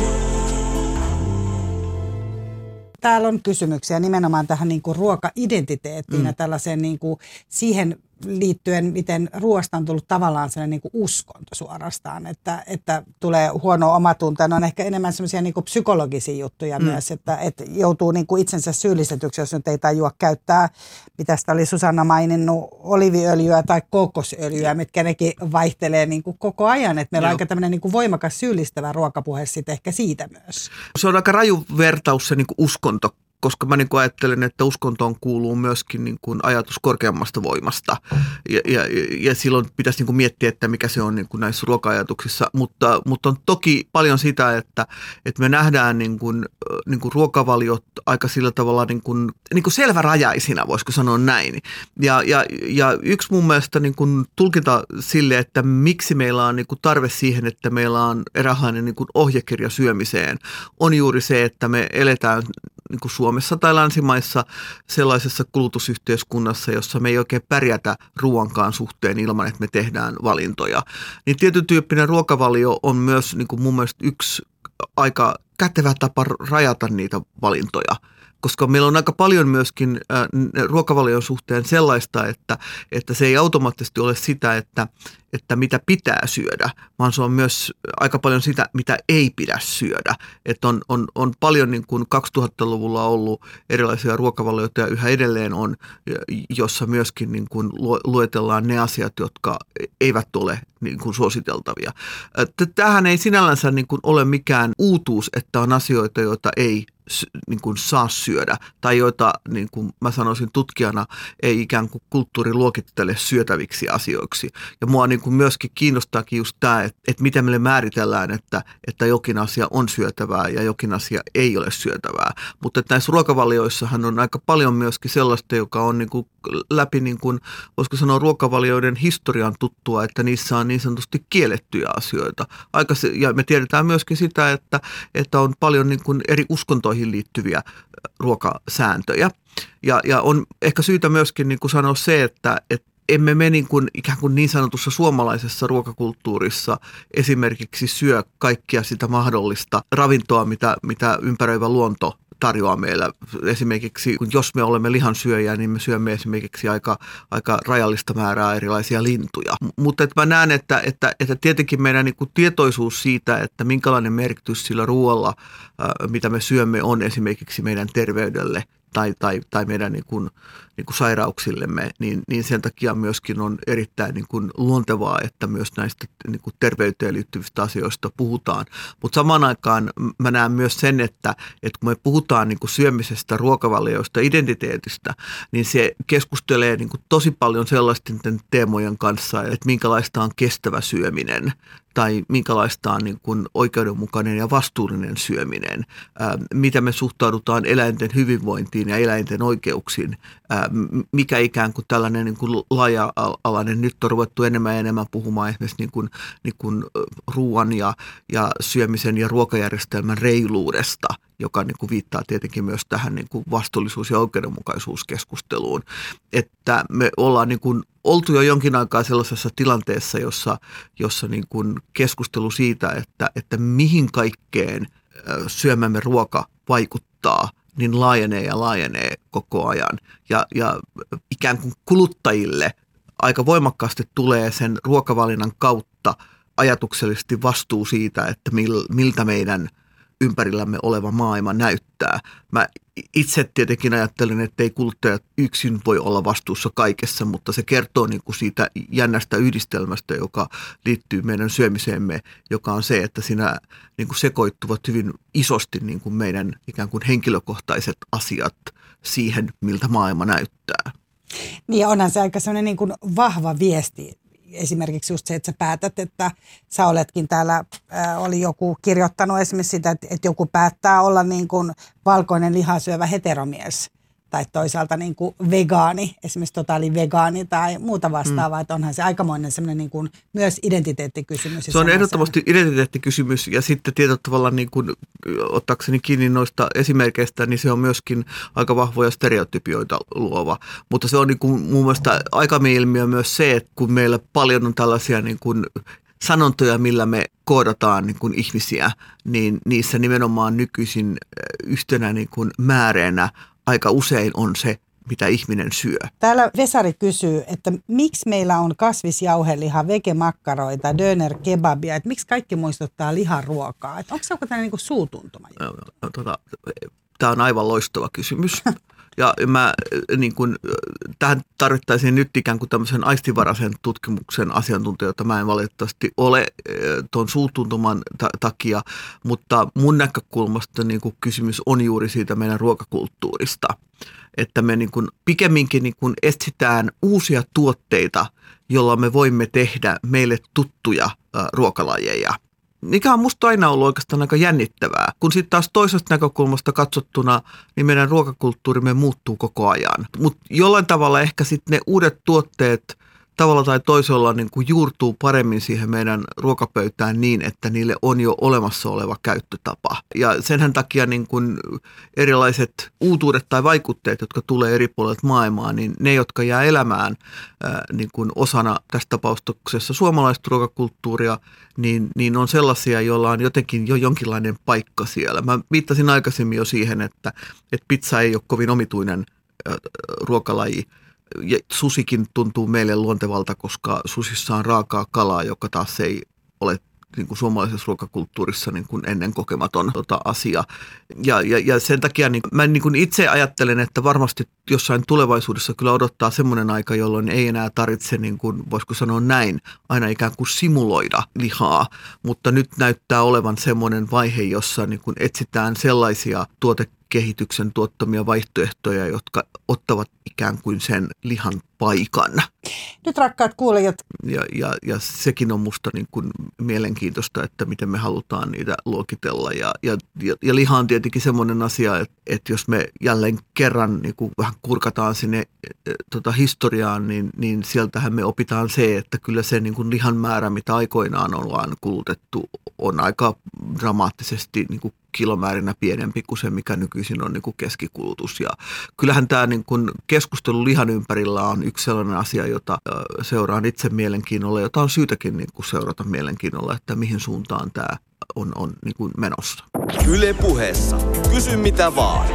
Täällä on kysymyksiä nimenomaan tähän niin kuin ruoka-identiteettiin mm. ja tällaiseen niin kuin siihen liittyen, miten ruoasta on tullut tavallaan sellainen niin kuin uskonto suorastaan, että, että tulee huono omatunto. Ne on ehkä enemmän semmoisia niin kuin psykologisia juttuja mm. myös, että, että joutuu niin kuin itsensä syyllistetyksi, jos nyt ei tajua käyttää, mitä sitä oli Susanna maininnut, oliviöljyä tai kokosöljyä, mitkä nekin vaihtelee niin kuin koko ajan. Että meillä Joo. on aika tämmöinen niin kuin voimakas syyllistävä ruokapuhe sitten ehkä siitä myös. Se on aika raju vertaus se niin kuin uskonto. Koska mä niin kuin ajattelen, että uskontoon kuuluu myöskin niin kuin ajatus korkeammasta voimasta ja, ja, ja silloin pitäisi niin kuin miettiä, että mikä se on niin kuin näissä ruoka-ajatuksissa, mutta, mutta on toki paljon sitä, että, että me nähdään niin kuin, niin kuin ruokavaliot aika sillä tavalla niin kuin, niin kuin selvärajaisina, voisiko sanoa näin. Ja, ja, ja yksi mun mielestä niin kuin tulkinta sille, että miksi meillä on niin kuin tarve siihen, että meillä on eräänlainen niin kuin ohjekirja syömiseen, on juuri se, että me eletään niin kuin Suomessa tai länsimaissa sellaisessa kulutusyhteiskunnassa, jossa me ei oikein pärjätä ruoankaan suhteen ilman, että me tehdään valintoja. Niin tietyn tyyppinen ruokavalio on myös niin kuin mun mielestä yksi aika kätevä tapa rajata niitä valintoja. Koska meillä on aika paljon myöskin äh, ruokavalion suhteen sellaista, että, että se ei automaattisesti ole sitä, että, että mitä pitää syödä, vaan se on myös aika paljon sitä, mitä ei pidä syödä. Että on, on, on paljon niin kuin kaksituhattaluvulla ollut erilaisia ruokavalioita ja yhä edelleen on, jossa myöskin niin kuin luetellaan ne asiat, jotka eivät ole niin kuin suositeltavia. Tämähän ei sinällänsä niin kuin ole mikään uutuus, että on asioita, joita ei niin kuin saa syödä tai joita, niin kuin mä sanoisin tutkijana, ei ikään kuin kulttuuri luokittele syötäviksi asioiksi. Ja mua niin kuin myöskin kiinnostaakin just tämä, että, että miten meille määritellään, että, että jokin asia on syötävää ja jokin asia ei ole syötävää. Mutta että näissä ruokavalioissahan on aika paljon myöskin sellaista, joka on niin kuin läpi, niin kuin, voisiko sanoa ruokavalioiden historian tuttua, että niissä on niin sanotusti kiellettyjä asioita. Aika se, ja me tiedetään myöskin sitä, että, että on paljon niin kuin eri uskontoihin liittyviä ruokasääntöjä. Ja, ja on ehkä syytä myöskin niin kuin sanoa se, että, että emme me niin, kuin, ikään kuin niin sanotussa suomalaisessa ruokakulttuurissa esimerkiksi syö kaikkia sitä mahdollista ravintoa, mitä, mitä ympäröivä luonto tarjoaa meillä. Esimerkiksi jos me olemme lihansyöjiä, niin me syömme esimerkiksi aika, aika rajallista määrää erilaisia lintuja. Mutta että mä näen, että, että, että tietenkin meidän niin kuin tietoisuus siitä, että minkälainen merkitys sillä ruoalla, mitä me syömme, on esimerkiksi meidän terveydelle tai, tai, tai meidän niin kuin, niin kuin sairauksillemme, niin, niin sen takia myöskin on erittäin niin kuin luontevaa, että myös näistä niin kuin terveyteen liittyvistä asioista puhutaan. Mutta samaan aikaan mä näen myös sen, että, että kun me puhutaan niin kuin syömisestä, ruokavalioista, identiteetistä, niin se keskustelee niin kuin tosi paljon sellaisten teemojen kanssa, että minkälaista on kestävä syöminen tai minkälaista on niin kuin oikeudenmukainen ja vastuullinen syöminen, ää, mitä me suhtaudutaan eläinten hyvinvointiin ja eläinten oikeuksiin, ää, mikä ikään kuin tällainen niin kuin laaja-alainen, nyt on ruvettu enemmän ja enemmän puhumaan esimerkiksi niin kuin, niin kuin ruoan ja, ja syömisen ja ruokajärjestelmän reiluudesta, joka niin kuin viittaa tietenkin myös tähän niin kuin vastuullisuus- ja oikeudenmukaisuuskeskusteluun, että me ollaan niin kuin oltu jo jonkin aikaa sellaisessa tilanteessa, jossa, jossa niin kuin keskustelu siitä, että, että mihin kaikkeen syömämme ruoka vaikuttaa, niin laajenee ja laajenee koko ajan. Ja, ja ikään kuin kuluttajille aika voimakkaasti tulee sen ruokavalinnan kautta ajatuksellisesti vastuu siitä, että mil, miltä meidän ympärillämme oleva maailma näyttää. Mä itse tietenkin ajattelen, että ei kuluttajat yksin voi olla vastuussa kaikessa, mutta se kertoo niin kuin siitä jännästä yhdistelmästä, joka liittyy meidän syömiseemme, joka on se, että siinä niin kuin sekoittuvat hyvin isosti niin kuin meidän ikään kuin henkilökohtaiset asiat siihen, miltä maailma näyttää. Niin onhan se aika sellainen niin kuin vahva viesti. Esimerkiksi just se, että sä päätät, että sä oletkin täällä, äh, oli joku kirjoittanut esimerkiksi sitä, että, että joku päättää olla niin kuin valkoinen lihasyövä heteromies. tai toisaalta niin kuin vegaani, esimerkiksi totaali vegaani tai muuta vastaavaa, mm. että onhan se aikamoinen semmoinen niin kuin myös identiteettikysymys. Se on ehdottomasti identiteettikysymys ja sitten tietyllä tavalla niin kuin, ottaakseni kiinni noista esimerkkeistä, niin se on myöskin aika vahvoja stereotypioita luova, mutta se on niin kuin mun mielestä aikamiilmiö myös se, että kun meillä paljon on tällaisia niin kuin sanontoja, millä me koodataan niin kuin ihmisiä, niin niissä nimenomaan nykyisin yhtenä niin kuin määreenä aika usein on se, mitä ihminen syö. Täällä Vesari kysyy, että miksi meillä on kasvisjauheliha, vegemakkaroita, döner, kebabia, että miksi kaikki muistuttaa liharuokaa? Että onko se joku tällainen niin kuin suutuntuma? Tota, tämä on aivan loistava kysymys. Ja mä, niin kun, tähän tarvittaisiin nyt ikään kuin tämmöisen aistivaraisen tutkimuksen asiantuntija, jota mä en valitettavasti ole tuon suutuntuman ta- takia, mutta mun näkökulmasta niin kun kysymys on juuri siitä meidän ruokakulttuurista, että me niin kun pikemminkin niin kun etsitään uusia tuotteita, joilla me voimme tehdä meille tuttuja ä, ruokalajeja. Mikä on musta aina ollut oikeastaan aika jännittävää. Kun sitten taas toisesta näkökulmasta katsottuna, niin meidän ruokakulttuurimme muuttuu koko ajan. Mutta jollain tavalla ehkä sitten ne uudet tuotteet tavalla tai toisella niin kuin juurtuu paremmin siihen meidän ruokapöytään niin, että niille on jo olemassa oleva käyttötapa. Ja senhän takia niin kuin erilaiset uutuudet tai vaikutteet, jotka tulee eri puolilta maailmaa, niin ne, jotka jää elämään ää, niin kuin osana tässä tapauksessa suomalaista ruokakulttuuria, niin, niin on sellaisia, joilla on jotenkin jo jonkinlainen paikka siellä. Mä viittasin aikaisemmin jo siihen, että, että pizza ei ole kovin omituinen ää, ruokalaji. Ja susikin tuntuu meille luontevalta, koska susissa on raakaa kalaa, joka taas ei ole niin kuin suomalaisessa ruokakulttuurissa niin kuin ennen kokematon tota, asia. Ja, ja, ja sen takia niin, mä niin kuin itse ajattelen, että varmasti jossain tulevaisuudessa kyllä odottaa semmoinen aika, jolloin ei enää tarvitse, niin kuin, voisiko sanoa näin, aina ikään kuin simuloida lihaa. Mutta nyt näyttää olevan semmoinen vaihe, jossa niin kuin etsitään sellaisia tuotekehityksen tuottamia vaihtoehtoja, jotka ottavat ikään kuin sen lihan paikan. Nyt rakkaat kuulijat. Ja, ja, ja sekin on musta niin kuin mielenkiintoista, että miten me halutaan niitä luokitella. Ja, ja, ja liha on tietenkin semmoinen asia, että, että jos me jälleen kerran niin kuin vähän kurkataan sinne tota, historiaan, niin, niin sieltähän me opitaan se, että kyllä se niin kuin lihan määrä, mitä aikoinaan ollaan kulutettu, on aika dramaattisesti niin kuin kilomäärinä pienempi kuin se, mikä nykyisin on niin kuin keskikulutus. Ja kyllähän tämä niin kuin keskustelu lihan ympärillä on yksi sellainen asia, jota seuraan itse mielenkiinnolla, jota on syytäkin niin kuin seurata mielenkiinnolla, että mihin suuntaan tämä on, on niin kuin menossa. Yle Puheessa. Kysy mitä vaan.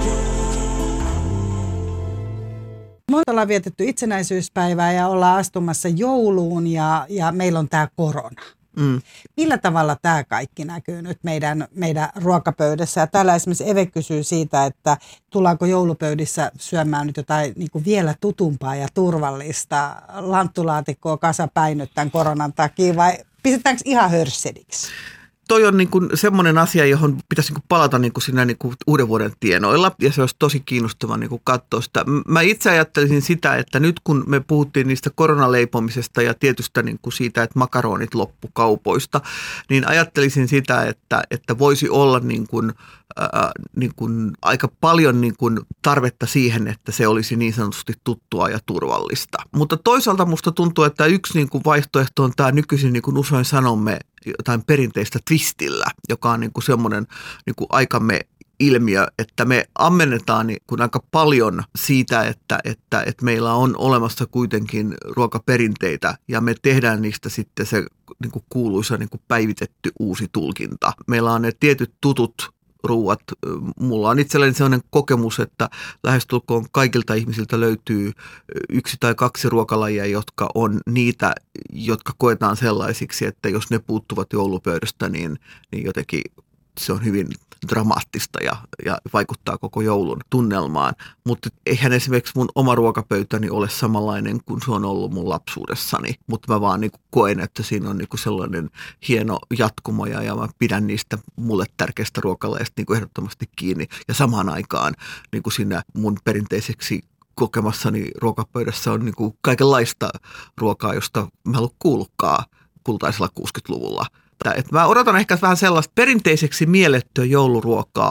Me ollaan vietetty itsenäisyyspäivää ja ollaan astumassa jouluun ja, ja meillä on tämä korona. Mm. Millä tavalla tämä kaikki näkyy nyt meidän, meidän ruokapöydässä? Ja täällä esimerkiksi Eve kysyy siitä, että tullaanko joulupöydissä syömään nyt jotain niin kuin vielä tutumpaa ja turvallista lanttulaatikkoa kasapäin tämän koronan takia vai pistetäänkö ihan hörsseliksi? Toi on niin kuin semmoinen asia, johon pitäisi niin kuin palata niin kuin siinä niin kuin uuden vuoden tienoilla ja se olisi tosi kiinnostava niin kuin katsoa sitä. Mä itse ajattelisin sitä, että nyt kun me puhuttiin niistä koronaleipomisesta ja tietystä niin kuin siitä, että makaronit loppu kaupoista, niin ajattelisin sitä, että, että voisi olla niin kuin, ää, niin kuin aika paljon niin kuin tarvetta siihen, että se olisi niin sanotusti tuttua ja turvallista. Mutta toisaalta musta tuntuu, että yksi niin kuin vaihtoehto on tämä nykyisin, niin kuin usein sanomme, jotain perinteistä twistillä, joka on niin kuin semmoinen niin kuin aikamme ilmiö, että me ammennetaan niin kuin aika paljon siitä, että, että, että meillä on olemassa kuitenkin ruokaperinteitä ja me tehdään niistä sitten se niin kuin kuuluisa niin kuin päivitetty uusi tulkinta. Meillä on ne tietyt tutut ruuat. Mulla on itselleni sellainen kokemus, että lähestulkoon kaikilta ihmisiltä löytyy yksi tai kaksi ruokalajia, jotka on niitä, jotka koetaan sellaisiksi, että jos ne puuttuvat joulupöydästä, niin, niin jotenkin se on hyvin dramaattista ja, ja vaikuttaa koko joulun tunnelmaan. Mutta eihän esimerkiksi mun oma ruokapöytäni ole samanlainen kuin se on ollut mun lapsuudessani. Mutta mä vaan niinku koen, että siinä on niinku sellainen hieno jatkumo ja, ja mä pidän niistä mulle tärkeistä ruokalajeista niinku ehdottomasti kiinni. Ja samaan aikaan niinku siinä mun perinteiseksi kokemassani ruokapöydässä on niinku kaikenlaista ruokaa, josta mä en ollut kuullutkaan kultaisella kuusikymmentäluvulla. Et mä odotan ehkä vähän sellaista perinteiseksi miellettyä jouluruokaa,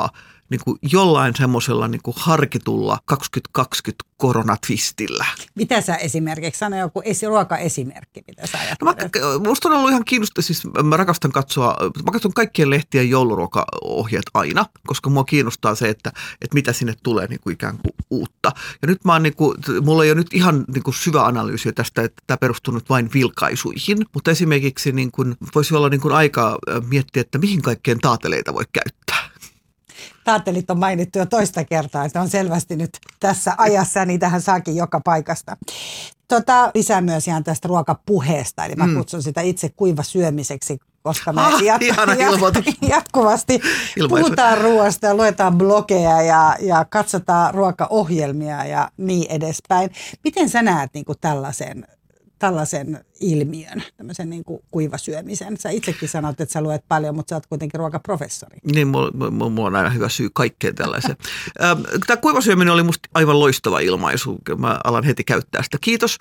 niin kuin jollain semmoisella niin kuin harkitulla kaksituhattakaksikymmentä koronatvistillä. Mitä sä esimerkiksi, sano joku esi- ruokaesimerkki, mitä sä ajattelet? No, musta on ollut ihan kiinnostavaa, siis mä rakastan katsoa, mä katson kaikkien lehtien jouluruokaohjeet aina, koska mua kiinnostaa se, että, että mitä sinne tulee niin kuin ikään kuin uutta. Ja nyt mä oon niin kuin, mulla ei ole nyt ihan niin kuin syvä analyysiä tästä, että tämä perustuu nyt vain vilkaisuihin, mutta esimerkiksi niin kuin, voisi olla niin kuin aika miettiä, että mihin kaikkeen taateleita voi käyttää. Taatelit on mainittu jo toista kertaa, että on selvästi nyt tässä ajassa ja niitähän saakin joka paikasta. Tota, lisää myös ihan tästä ruokapuheesta, eli mä mm. kutsun sitä itse kuivasyömiseksi, koska me ah, jat- jat- jatkuvasti Ilmaisu. puhutaan ruoasta ja luetaan blogeja ja, ja katsotaan ruokaohjelmia ja niin edespäin. Miten sä näet niin kuin tällaisen, tällaisen ilmiön, tämmöisen niin kuin kuivasyömisen? Sä itsekin sanot, että sä luet paljon, mutta sä oot kuitenkin ruokaprofessori. Niin, mulla, mulla on aina hyvä syy kaikkeen tällaiseen. Tämä kuivasyöminen oli musta aivan loistava ilmaisu. Mä alan heti käyttää sitä. Kiitos.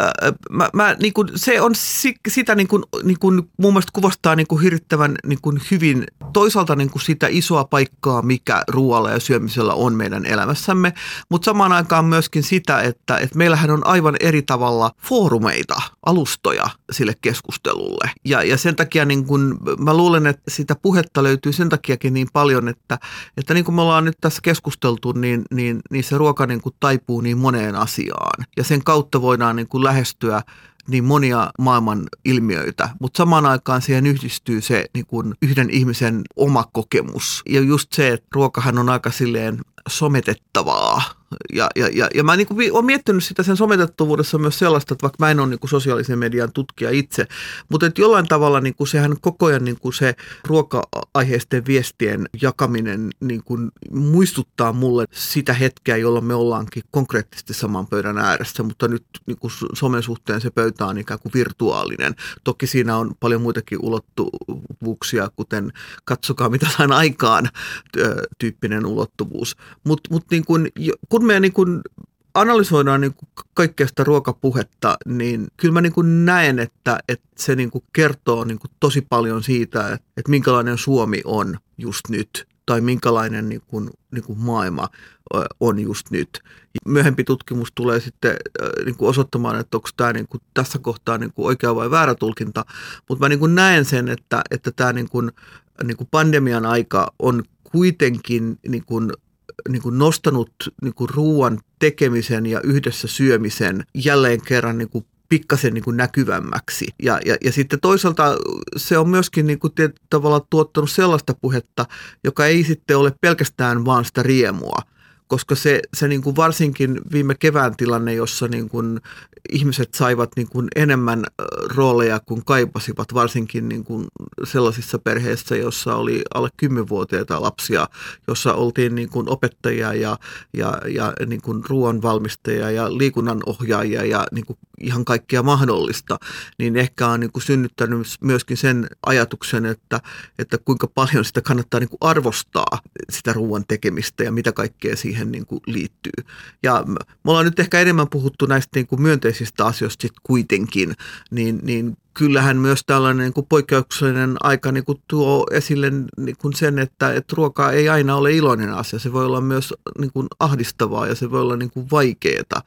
Mä, mä, niin kuin, se on sitä niin kuin, niin kuin, mun mielestä kuvastaa niin kuin hirvittävän niin kuin hyvin toisaalta niin kuin sitä isoa paikkaa, mikä ruoalla ja syömisellä on meidän elämässämme, mutta samaan aikaan myöskin sitä, että, että meillähän on aivan eri tavalla foorumeita, alustoja sille keskustelulle. Ja, ja sen takia niin kun, mä luulen, että sitä puhetta löytyy sen takiakin niin paljon, että, että niin kuin me ollaan nyt tässä keskusteltu, niin, niin, niin se ruoka niin kuin taipuu niin moneen asiaan. Ja sen kautta voidaan niin kuin lähestyä niin monia maailman ilmiöitä, mutta samaan aikaan siihen yhdistyy se niin kuin yhden ihmisen oma kokemus. Ja just se, että ruokahan on aika silleen sometettavaa. Ja, ja, ja, ja mä niin kuin olen miettinyt sitä sen sometettavuudessa myös sellaista, että vaikka mä en ole niin kuin sosiaalisen median tutkija itse, mutta että jollain tavalla niin kuin sehän koko ajan niin kuin se ruoka-aiheisten viestien jakaminen niin kuin muistuttaa mulle sitä hetkeä, jolloin me ollaankin konkreettisesti saman pöydän ääressä, mutta nyt niin kuin somen suhteen se pöytä on ikään kuin virtuaalinen. Toki siinä on paljon muitakin ulottuvuuksia, kuten katsokaa mitä sain aikaan tyyppinen ulottuvuus. Mutta mut niin kuin, kun me niin kuin analysoidaan niin kuin kaikkea sitä ruokapuhetta, niin kyllä mä niin kuin näen, että, että se niin kuin kertoo niin kuin tosi paljon siitä, että, että minkälainen Suomi on just nyt tai minkälainen niin kuin, niin kuin maailma on just nyt. Myöhempi tutkimus tulee sitten niin kuin osoittamaan, että onko tämä niin kuin tässä kohtaa niin kuin oikea vai väärä tulkinta, mutta mä niin kuin näen sen, että, että tämä niin kuin, niin kuin pandemian aika on kuitenkin niin kuin niin kuin nostanut niin kuin ruoan tekemisen ja yhdessä syömisen jälleen kerran niin kuin pikkasen niin kuin näkyvämmäksi. Ja, ja, ja sitten toisaalta se on myöskin niin kuin tavallaan tuottanut sellaista puhetta, joka ei sitten ole pelkästään vaan sitä riemua, koska se, se niin kuin varsinkin viime kevään tilanne, jossa niin kuin ihmiset saivat niin kuin enemmän rooleja kuin kaipasivat, varsinkin niin kuin sellaisissa perheissä, jossa oli alle kymmenvuotiaita lapsia, jossa oltiin niin kuin opettajia ja, ja, ja niin kuin ruoanvalmistajia ja liikunnanohjaajia ja niin kuin ihan kaikkea mahdollista, niin ehkä on niin kuin synnyttänyt myöskin sen ajatuksen, että, että kuinka paljon sitä kannattaa niin kuin arvostaa sitä ruoan tekemistä ja mitä kaikkea siihen niin kuin liittyy. Ja me ollaan nyt ehkä enemmän puhuttu näistä niin kuin myönteisistä asioista sit kuitenkin, niin, niin kyllähän myös tällainen niin kuin poikkeuksellinen aika niin kuin tuo esille niin kuin sen, että, että ruoka ei aina ole iloinen asia. Se voi olla myös niin kuin ahdistavaa ja se voi olla niin kuin vaikeaa.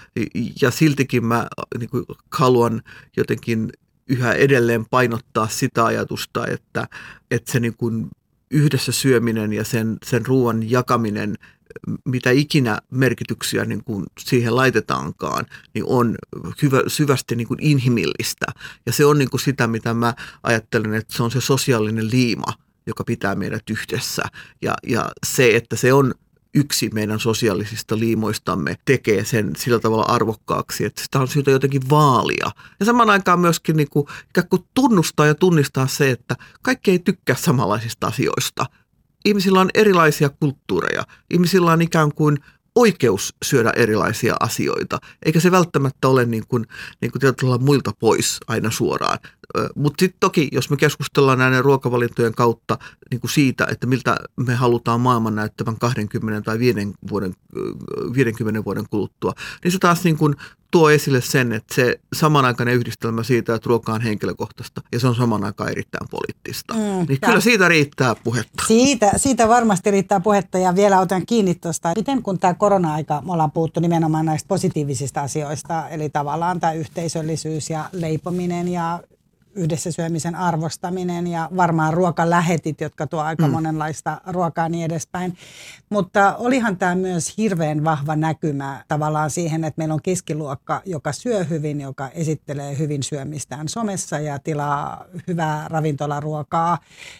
Ja siltikin mä niin kuin haluan jotenkin yhä edelleen painottaa sitä ajatusta, että, että se niin kuin yhdessä syöminen ja sen, sen ruoan jakaminen, mitä ikinä merkityksiä niin kuin siihen laitetaankaan, niin on hyvä, syvästi niin kuin inhimillistä. Ja se on niin kuin sitä, mitä mä ajattelen, että se on se sosiaalinen liima, joka pitää meidät yhdessä. Ja, ja se, että se on yksi meidän sosiaalisista liimoistamme, tekee sen sillä tavalla arvokkaaksi, että sitä on syytä jotenkin vaalia. Ja samaan aikaan myöskin niin kuin, ikään kuin tunnustaa ja tunnistaa se, että kaikki ei tykkää samanlaisista asioista. Ihmisillä on erilaisia kulttuureja. Ihmisillä on ikään kuin oikeus syödä erilaisia asioita, eikä se välttämättä ole niin kuin, niin kuin tietyllä muilta pois aina suoraan. Mutta sitten toki, jos me keskustellaan näiden ruokavalintojen kautta niin kuin siitä, että miltä me halutaan maailman näyttävän kaksikymmentä tai viidenkymmenen vuoden kuluttua, niin se taas niin kuin tuo esille sen, että se samanaikainen yhdistelmä siitä, että ruoka on henkilökohtaista ja se on saman aikaan erittäin poliittista. Mm, niin kyllä ja siitä riittää puhetta. Siitä, siitä varmasti riittää puhetta ja vielä otan kiinni tuosta. Miten kun tämä korona-aika, me ollaan puhuttu nimenomaan näistä positiivisista asioista, eli tavallaan tämä yhteisöllisyys ja leipominen ja yhdessä syömisen arvostaminen ja varmaan ruokalähetit, jotka tuo aika mm. monenlaista ruokaa niin edespäin. Mutta olihan tämä myös hirveän vahva näkymä tavallaan siihen, että meillä on keskiluokka, joka syö hyvin, joka esittelee hyvin syömistään somessa ja tilaa hyvää ravintolaruokaa.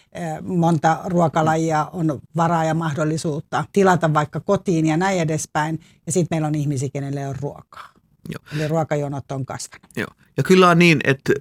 Monta ruokalajia on varaa ja mahdollisuutta tilata vaikka kotiin ja näin edespäin. Ja sitten meillä on ihmisiä, kenelle on ruokaa. Joo. Eli ruokajonot on kasvanut. Joo. Ja kyllä on niin, että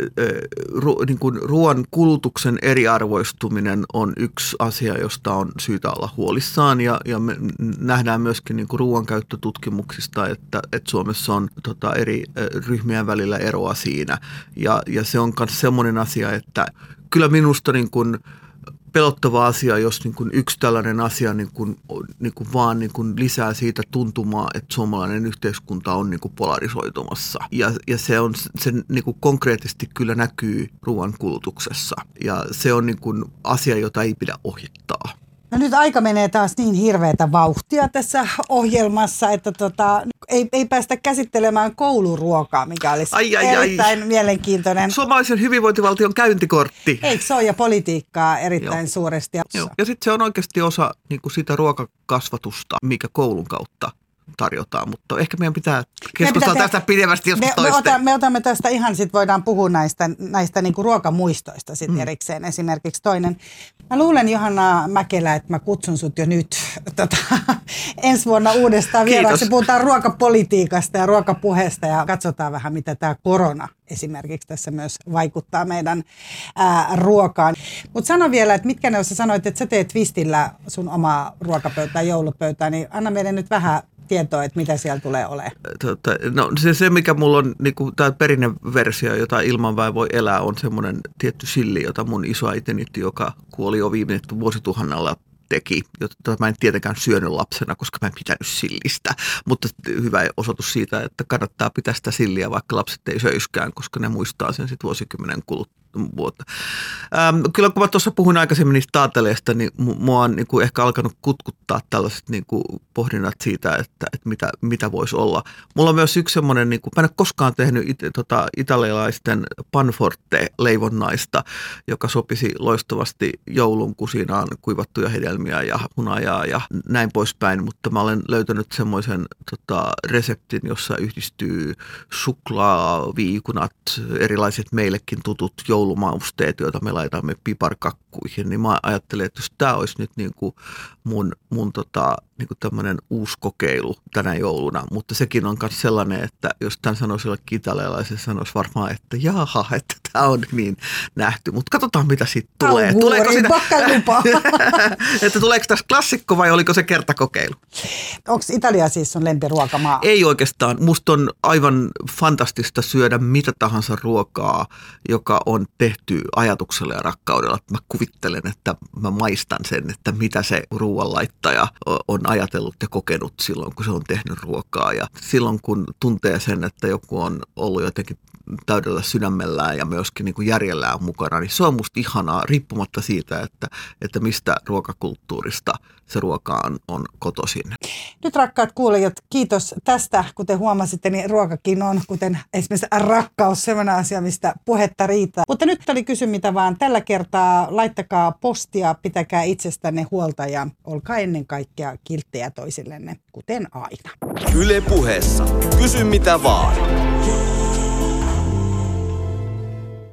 ru, niin kuin ruoan kulutuksen eriarvoistuminen on yksi asia, josta on syytä olla huolissaan. Ja, ja me nähdään myöskin niin kuin ruoankäyttötutkimuksista, että, että Suomessa on tota, eri ryhmien välillä eroa siinä. Ja, ja se on myös semmoinen asia, että kyllä minusta niin kuin pelottava asia, jos niin kuin yksi tällainen asia niin kuin, niin kuin vaan niin kuin lisää siitä tuntumaa, että suomalainen yhteiskunta on niin kuin polarisoitumassa. Ja, ja se, on, se niin kuin konkreettisesti kyllä näkyy ruoan kulutuksessa. Ja se on niin kuin asia, jota ei pidä ohittaa. No nyt aika menee taas niin hirveätä vauhtia tässä ohjelmassa, että tota, ei, ei päästä käsittelemään kouluruokaa, mikä olisi ai, ai, erittäin ai. mielenkiintoinen. Suomalaisen hyvinvointivaltion käyntikortti. Eikö se ole ja politiikkaa erittäin Joo. suuresti. Joo. Ja sitten se on oikeasti osa niin kuin sitä ruokakasvatusta, mikä koulun kautta tarjotaan, mutta ehkä meidän pitää keskustella meidän pitää tästä pidemmästi joskus me, me, otamme, me otamme tästä ihan, sit voidaan puhua näistä, näistä niinku ruokamuistoista sit mm. erikseen. Esimerkiksi toinen. Mä luulen, Johanna Mäkelä, että mä kutsun sut jo nyt tota, ensi vuonna uudestaan vieraaksi. Puhutaan ruokapolitiikasta ja ruokapuheesta ja katsotaan vähän, mitä tämä korona esimerkiksi tässä myös vaikuttaa meidän ää, ruokaan. Mutta sano vielä, että mitkä ne, jos sä sanoit, että sä teet twistillä sun omaa ruokapöytää, joulupöytää, niin anna meille nyt vähän tietoa, että mitä siellä tulee olemaan. Tota, no se, se, mikä mulla on, niin tämä perinneversio, jota ilman vai voi elää, on semmoinen tietty silli, jota mun isoäitini, joka kuoli jo viime vuosituhannella, teki, jota mä en tietenkään syönyt lapsena, koska mä en pitänyt sillistä, mutta hyvä osoitus siitä, että kannattaa pitää sitä silliä, vaikka lapset ei söiskään, koska ne muistaa sen sitten vuosikymmenen kuluttua. Vuotta. Ähm, kyllä kun mä tuossa puhuin aikaisemmin niistä taateleista, niin mua on niin kuin ehkä alkanut kutkuttaa tällaiset niin kuin pohdinnat siitä, että, että mitä, mitä voisi olla. Mulla on myös yksi semmoinen, niin kuin, mä en ole koskaan tehnyt it, tota, italialaisten panforte-leivonnaista, joka sopisi loistavasti joulun, kun siinä on kuivattuja hedelmiä ja hunajaa ja näin poispäin, mutta mä olen löytänyt semmoisen tota, reseptin, jossa yhdistyy suklaa, viikunat, erilaiset meillekin tutut joulumausteet, joita me laitamme piparkakkuihin, niin mä ajattelen, että jos tämä olisi nyt niin kuin mun, mun tota, niin kuin tämmöinen uusi kokeilu tänä jouluna, mutta sekin on myös sellainen, että jos tämän sanoisi jollekin italialaisen, sanoisi varmaan, että jaha, että tämä on niin nähty, mutta katsotaan mitä siitä tulee. Tuleeko siitä, että tuleeko tässä klassikko vai oliko se kertakokeilu? Onko Italia siis sun lempiruokamaa? Ei oikeastaan. Musta on aivan fantastista syödä mitä tahansa ruokaa, joka on tehty ajatuksella ja rakkaudella. Mä kuvittelen, että mä maistan sen, että mitä se ruoanlaittaja on ajatellut ja kokenut silloin, kun se on tehnyt ruokaa. Ja silloin, kun tuntee sen, että joku on ollut jotenkin täydellä sydämellään ja myöskin niin kuin järjellään mukana, niin se on musta ihanaa, riippumatta siitä, että, että mistä ruokakulttuurista se ruoka on, on kotoisin. Nyt rakkaat kuulijat, kiitos tästä. Kuten huomasitte, niin ruokakin on, kuten esimerkiksi rakkaus, sellainen asia, mistä puhetta riittää. Mutta nyt oli kysy mitä vaan. Tällä kertaa laittakaa postia, pitäkää itsestänne huolta ja olkaa ennen kaikkea kilttejä toisillenne, kuten aina. Yle Puheessa. Kysy mitä vaan.